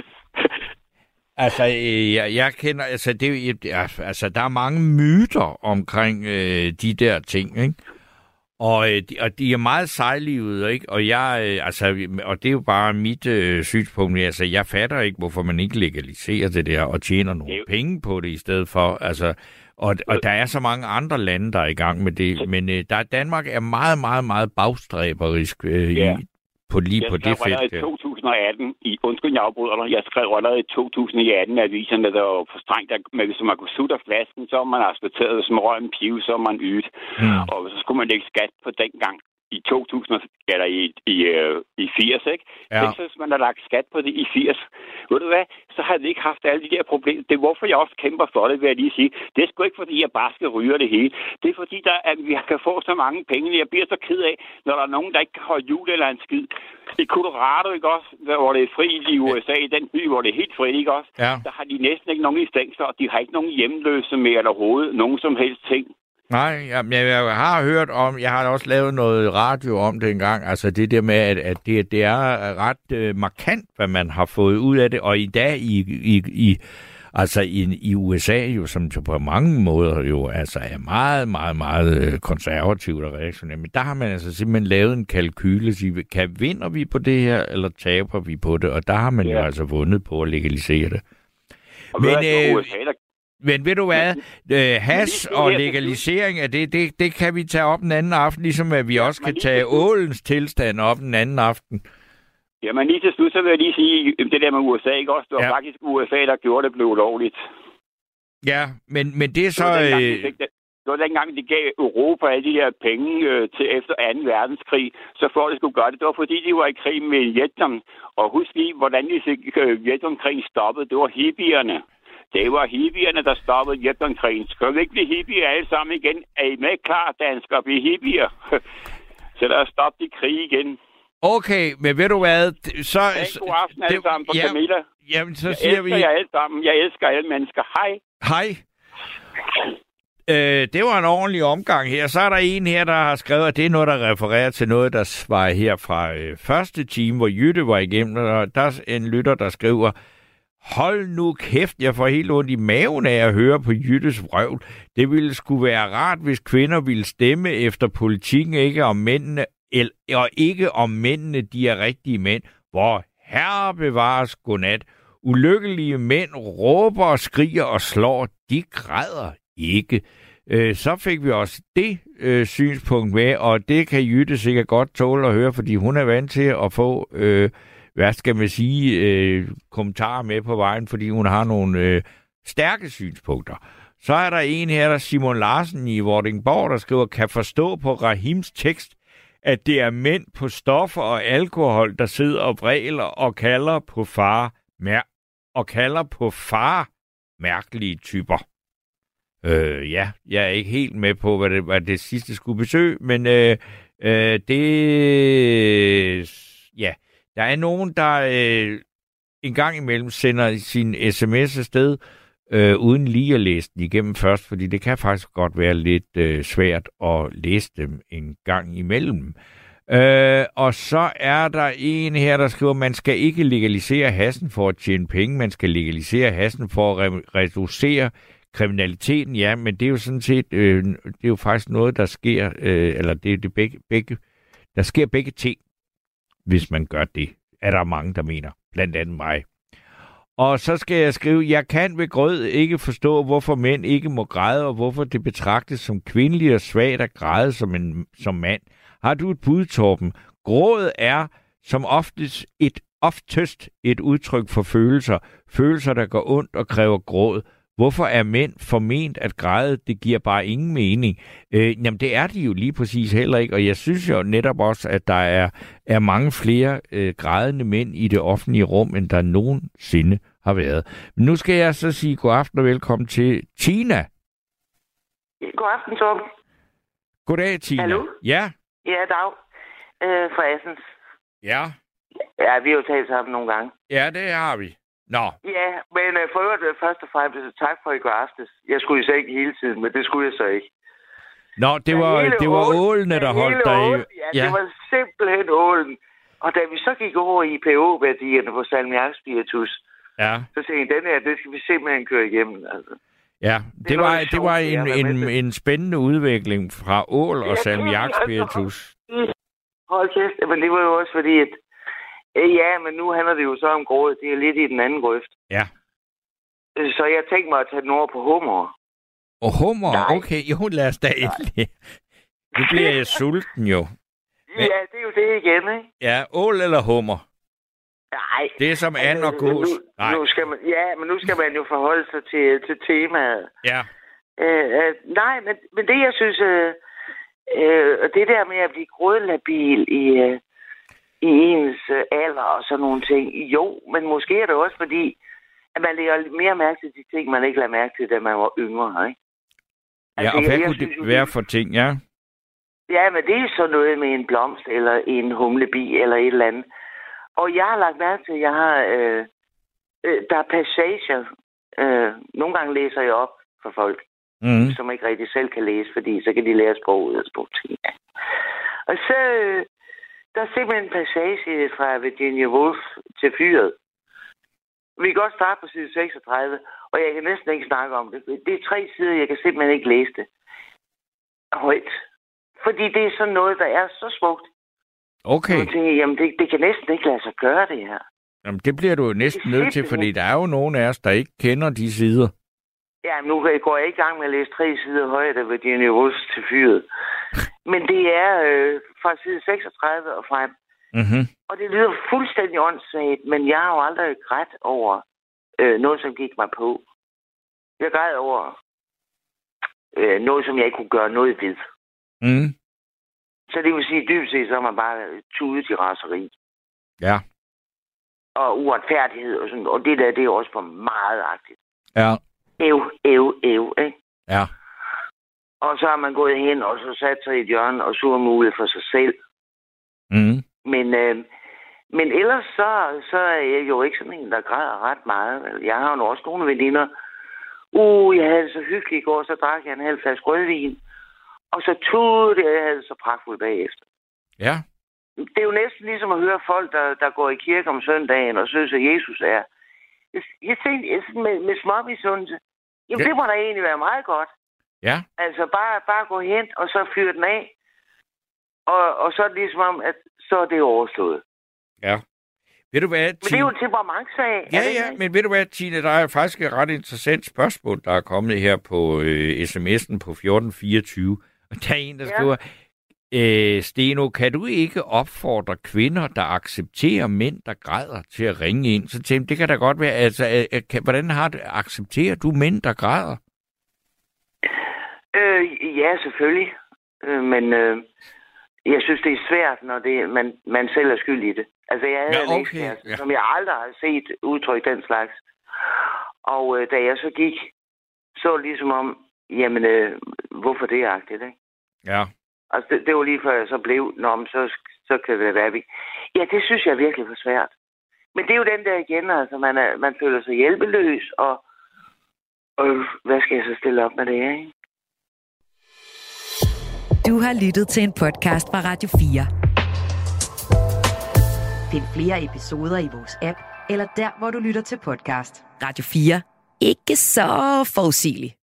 Altså, jeg, jeg kender, altså, det, altså, der er mange myter omkring øh, de der ting, ikke? Og, de, og de er meget sejlivede, ikke? Og jeg, øh, altså, og det er jo bare mit øh, synspunkt, altså, jeg fatter ikke, hvorfor man ikke legaliserer det der og tjener nogle det... penge på det i stedet for, altså, og, og der er så mange andre lande, der er i gang med det, men øh, der, Danmark er meget, meget, meget bagstræberisk øh, ja. i På lige jeg på det felt. Jeg skrev i to tusind og atten, i, undskyld, jeg afbryder dig, jeg skrev allerede i to tusind og atten, at aviserne, der var for strengt, at hvis man kunne sutte af flasken, så var man accepteret, hvis man røg en pive, så var man ydet. Mm. Og så skulle man lægge skat på dengang i to tusind, eller i, i, i firs, ikke? Ja. Det, så hvis man har lagt skat på det i firs, ved du hvad, så har vi ikke haft alle de der problemer. Det er hvorfor jeg også kæmper for det, vil jeg lige sige. Det er sgu ikke, fordi jeg bare skal ryge det hele. Det er fordi, der, at vi kan få så mange penge. Jeg bliver så ked af, når der er nogen, der ikke kan holde jul eller en skid. I Colorado, ikke også, hvor det er fri i U S A, i den by, hvor det er helt fri, ikke også, ja. Der har de næsten ikke nogen i fængsler, og de har ikke nogen hjemløse mere eller hovedet, nogen som helst ting. Nej, jeg, jeg har hørt om, jeg har også lavet noget radio om det engang, altså det der med, at, at det, det er ret øh, markant, hvad man har fået ud af det, og i dag i, i, i, altså i, i U S A jo, som på mange måder jo altså er meget, meget, meget konservativt og reaktionært, men der har man altså simpelthen lavet en kalkyle, sige, kan vinder vi på det her, eller taber vi på det, og der har man ja. jo altså vundet på at legalisere det. Og men, øh, U S A, der Men ved du hvad, øh, has og legalisering af det, det, det kan vi tage op en anden aften, ligesom at vi ja, også kan tage ålens tilstand op en anden aften. Jamen lige til slut, så vil jeg lige sige, det der med U S A, ikke også? Det var ja. faktisk U S A, der gjorde det, blev ulovligt. Ja, men, men det er så... Det var dengang, de, fik det. Det var dengang, de gav Europa alle de her penge øh, til efter anden verdenskrig, så for at de skulle gøre det. Det var fordi, de var i krig med Vietnam. Og husk lige, hvordan de fik øh, Vietnamkrigen stoppet. Det var hippierne. Det var hippierne, der stoppede Vietnamkrigen. Skal vi ikke blive hippier alle sammen igen? Er I med klar, danskere, at blive hippier? Så der er stoppet i krig igen. Okay, men ved du hvad? Så, ja, god aften alle det, sammen på ja, Camilla. Jamen, så jeg siger elsker vi... jer alle sammen. Jeg elsker alle mennesker. Hej. Hej. Øh, det var en ordentlig omgang her. Så er der en her, der har skrevet, at det er noget, der refererer til noget, der var her fra øh, første time, hvor Jytte var igennem. Og der er en lytter, der skriver... Hold nu kæft, jeg får helt ondt i maven af at høre på Jyttes vrøvl. Det ville sgu være rart, hvis kvinder ville stemme efter politikken, ikke om mændene, el- og ikke om mændene, de er rigtige mænd. Hvor herre bevares godnat. Ulykkelige mænd råber og skriger og slår, de græder ikke. Øh, så fik vi også det øh, synspunkt med, og det kan Jytte sikkert godt tåle at høre, fordi hun er vant til at få... Øh, hvad skal man sige, øh, kommentarer med på vejen, fordi hun har nogle øh, stærke synspunkter. Så er der en her, der Simon Larsen i Vordingborg, der skriver, kan forstå på Rahims tekst, at det er mænd på stoffer og alkohol, der sidder og vræler og kalder på far, mær- og kalder på far mærkelige typer. Øh, ja, jeg er ikke helt med på, hvad det, hvad det sidste skulle besøge, men øh, øh, det... Ja, der er nogen, der øh, en gang imellem sender sin sms afsted, øh, uden lige at læse den igennem først, fordi det kan faktisk godt være lidt øh, svært at læse dem en gang imellem. Øh, og så er der en her, der skriver, man skal ikke legalisere hassen for at tjene penge, man skal legalisere hassen for at re- reducere kriminaliteten. Ja, men det er jo sådan set, øh, det er jo faktisk noget, der sker, øh, eller det er det begge, begge, der sker begge ting, hvis man gør det. Er der mange, der mener, blandt andet mig. Og så skal jeg skrive, jeg kan ved grød ikke forstå, hvorfor mænd ikke må græde, og hvorfor det betragtes som kvindeligt og svagt at græde som, en, som mand. Har du et bud, Torben? Gråd er som oftest et, oftest et udtryk for følelser. Følelser, der går ondt og kræver gråd. Hvorfor er mænd forment at græde? Det giver bare ingen mening. Øh, jamen, det er de jo lige præcis heller ikke. Og jeg synes jo netop også, at der er, er mange flere øh, grædende mænd i det offentlige rum, end der nogensinde har været. Men nu skal jeg så sige god aften og velkommen til Tina. God aften, Torben. Goddag, Tina. Hallo? Ja. Ja, dag. Øh, fra Assens. Ja. Ja, vi har jo talt sammen nogle gange. Ja, det har vi. Nå. Ja, men øh, for øvrigt først og fremmest tak for i går aftes. Jeg skulle i seng hele tiden, men det skulle jeg så ikke. Nå, det var, det var ålene, der holdt dig i. Ja, ja, det var simpelthen ålen. Og da vi så gik over i P O-værdierne på Salmiak Spiritus, ja. så sagde jeg, den her, det skal vi simpelthen køre igennem. Altså. Ja, det, det var, det sjovt, var en, en, en spændende udvikling fra ål og ja, Salmiak Spiritus. Hold kæft, men det var jo også fordi, at ja, men nu handler det jo så om gråd. Det er lidt i den anden grøft. Ja. Så jeg tænkte mig at tage den over på hummer. Og hummer? Nej. Okay, jo, lad os da endelig. Nu bliver jeg sulten jo. Men, ja, det er jo det igen, ikke? Ja, ål eller hummer? Nej. Det er som and og gås. Nu, nu skal man, ja, men nu skal man jo forholde sig til, til temaet. Ja. Øh, øh, nej, men, men det jeg synes, øh, øh, det der med at blive grådlabil i... Øh, i ens alder og sådan nogle ting. Jo, men måske er det også fordi, at man lægger mere mærke til de ting, man ikke lader mærke til, da man var yngre, ikke? Altså, ja, og hvad jeg, kunne jeg det være for ting, ja? Ja, men det er sådan noget med en blomst, eller en humlebi, eller et eller andet. Og jeg har lagt mærke til, at jeg har, øh, øh, der er passager. Øh, nogle gange læser jeg op for folk, mm. som ikke rigtig selv kan læse, fordi så kan de lære sproget og sprogting. Og så... Øh, Der er simpelthen en passage fra Virginia Woolf til fyret. Vi kan godt starte på side seksogtredive, og jeg kan næsten ikke snakke om det. Det er tre sider, jeg kan simpelthen ikke læse det højt. Fordi det er sådan noget, der er så smukt. Okay. Og jeg tænker, jamen det, det kan næsten ikke lade sig gøre, det her. Jamen det bliver du jo næsten nødt til, fordi der er jo nogen af os, der ikke kender de sider. Ja, nu går jeg i gang med at læse tre sider højt af Virginia Woolf til fyret. Men det er øh, fra side seksogtredive og frem. Mm-hmm. Og det lyder fuldstændig åndssvagt, men jeg har jo aldrig grædt over øh, noget, som gik mig på. Jeg græd over øh, noget, som jeg ikke kunne gøre noget ved. Mm. Så det vil sige, dybest set, så har man bare tudet i raseri. Ja. Og uretfærdighed og sådan. Og det der, det er også for meget agtigt. Ja. Ev, ev, ev, ikke? Ja. Og så har man gået hen og så sat sig i et hjørne og surmulet for sig selv. Mm. Men, øh, men ellers så, så er jeg jo ikke sådan en, der græder ret meget. Jeg har jo også nogle veninder. Uh, jeg havde det så hyggeligt i går, så drak jeg en halv flaske rødvin. Og så tog det, jeg havde det så pragtfuldt bagefter. Ja. Det er jo næsten ligesom at høre folk, der, der går i kirke om søndagen og synes, at Jesus er. Jeg, jeg tænkte med, med småmisundelse. Jamen, ja. Det må da egentlig være meget godt. Ja. Altså, bare, bare gå hen, og så fyre den af. Og, og så er det ligesom om, at så er det overstået. Ja. Ved du hvad, Tine? Men det er jo en temperamentsag. Ja, ja, men ved du hvad, Tine, der er faktisk et ret interessant spørgsmål, der er kommet her på øh, sms'en på fjorten fireogtyve. Og der er en, der ja. skriver, øh, Steno, kan du ikke opfordre kvinder, der accepterer mænd, der græder, til at ringe ind? Så tænkte det kan da godt være. Altså, øh, kan, hvordan har det, accepterer du mænd, der græder? Øh, ja, selvfølgelig. Øh, men øh, jeg synes, det er svært, når det, man, man selv er skyld i det. Altså, jeg havde ja, en okay. ekskæreste, ja. som jeg aldrig har set udtrykke den slags. Og øh, da jeg så gik, så ligesom om, jamen, øh, hvorfor det er agtigt, ikke? Ja. Altså, det, det var lige før jeg så blev, nå, men så, så kan det være vi. Ja, det synes jeg virkelig var svært. Men det er jo den der igen, altså, man, er, man føler sig hjælpeløs, og, og hvad skal jeg så stille op med det, ikke? Du har lyttet til en podcast fra Radio fire. Find flere episoder i vores app, eller der, hvor du lytter til podcast. Radio fire. Ikke så forudsigeligt.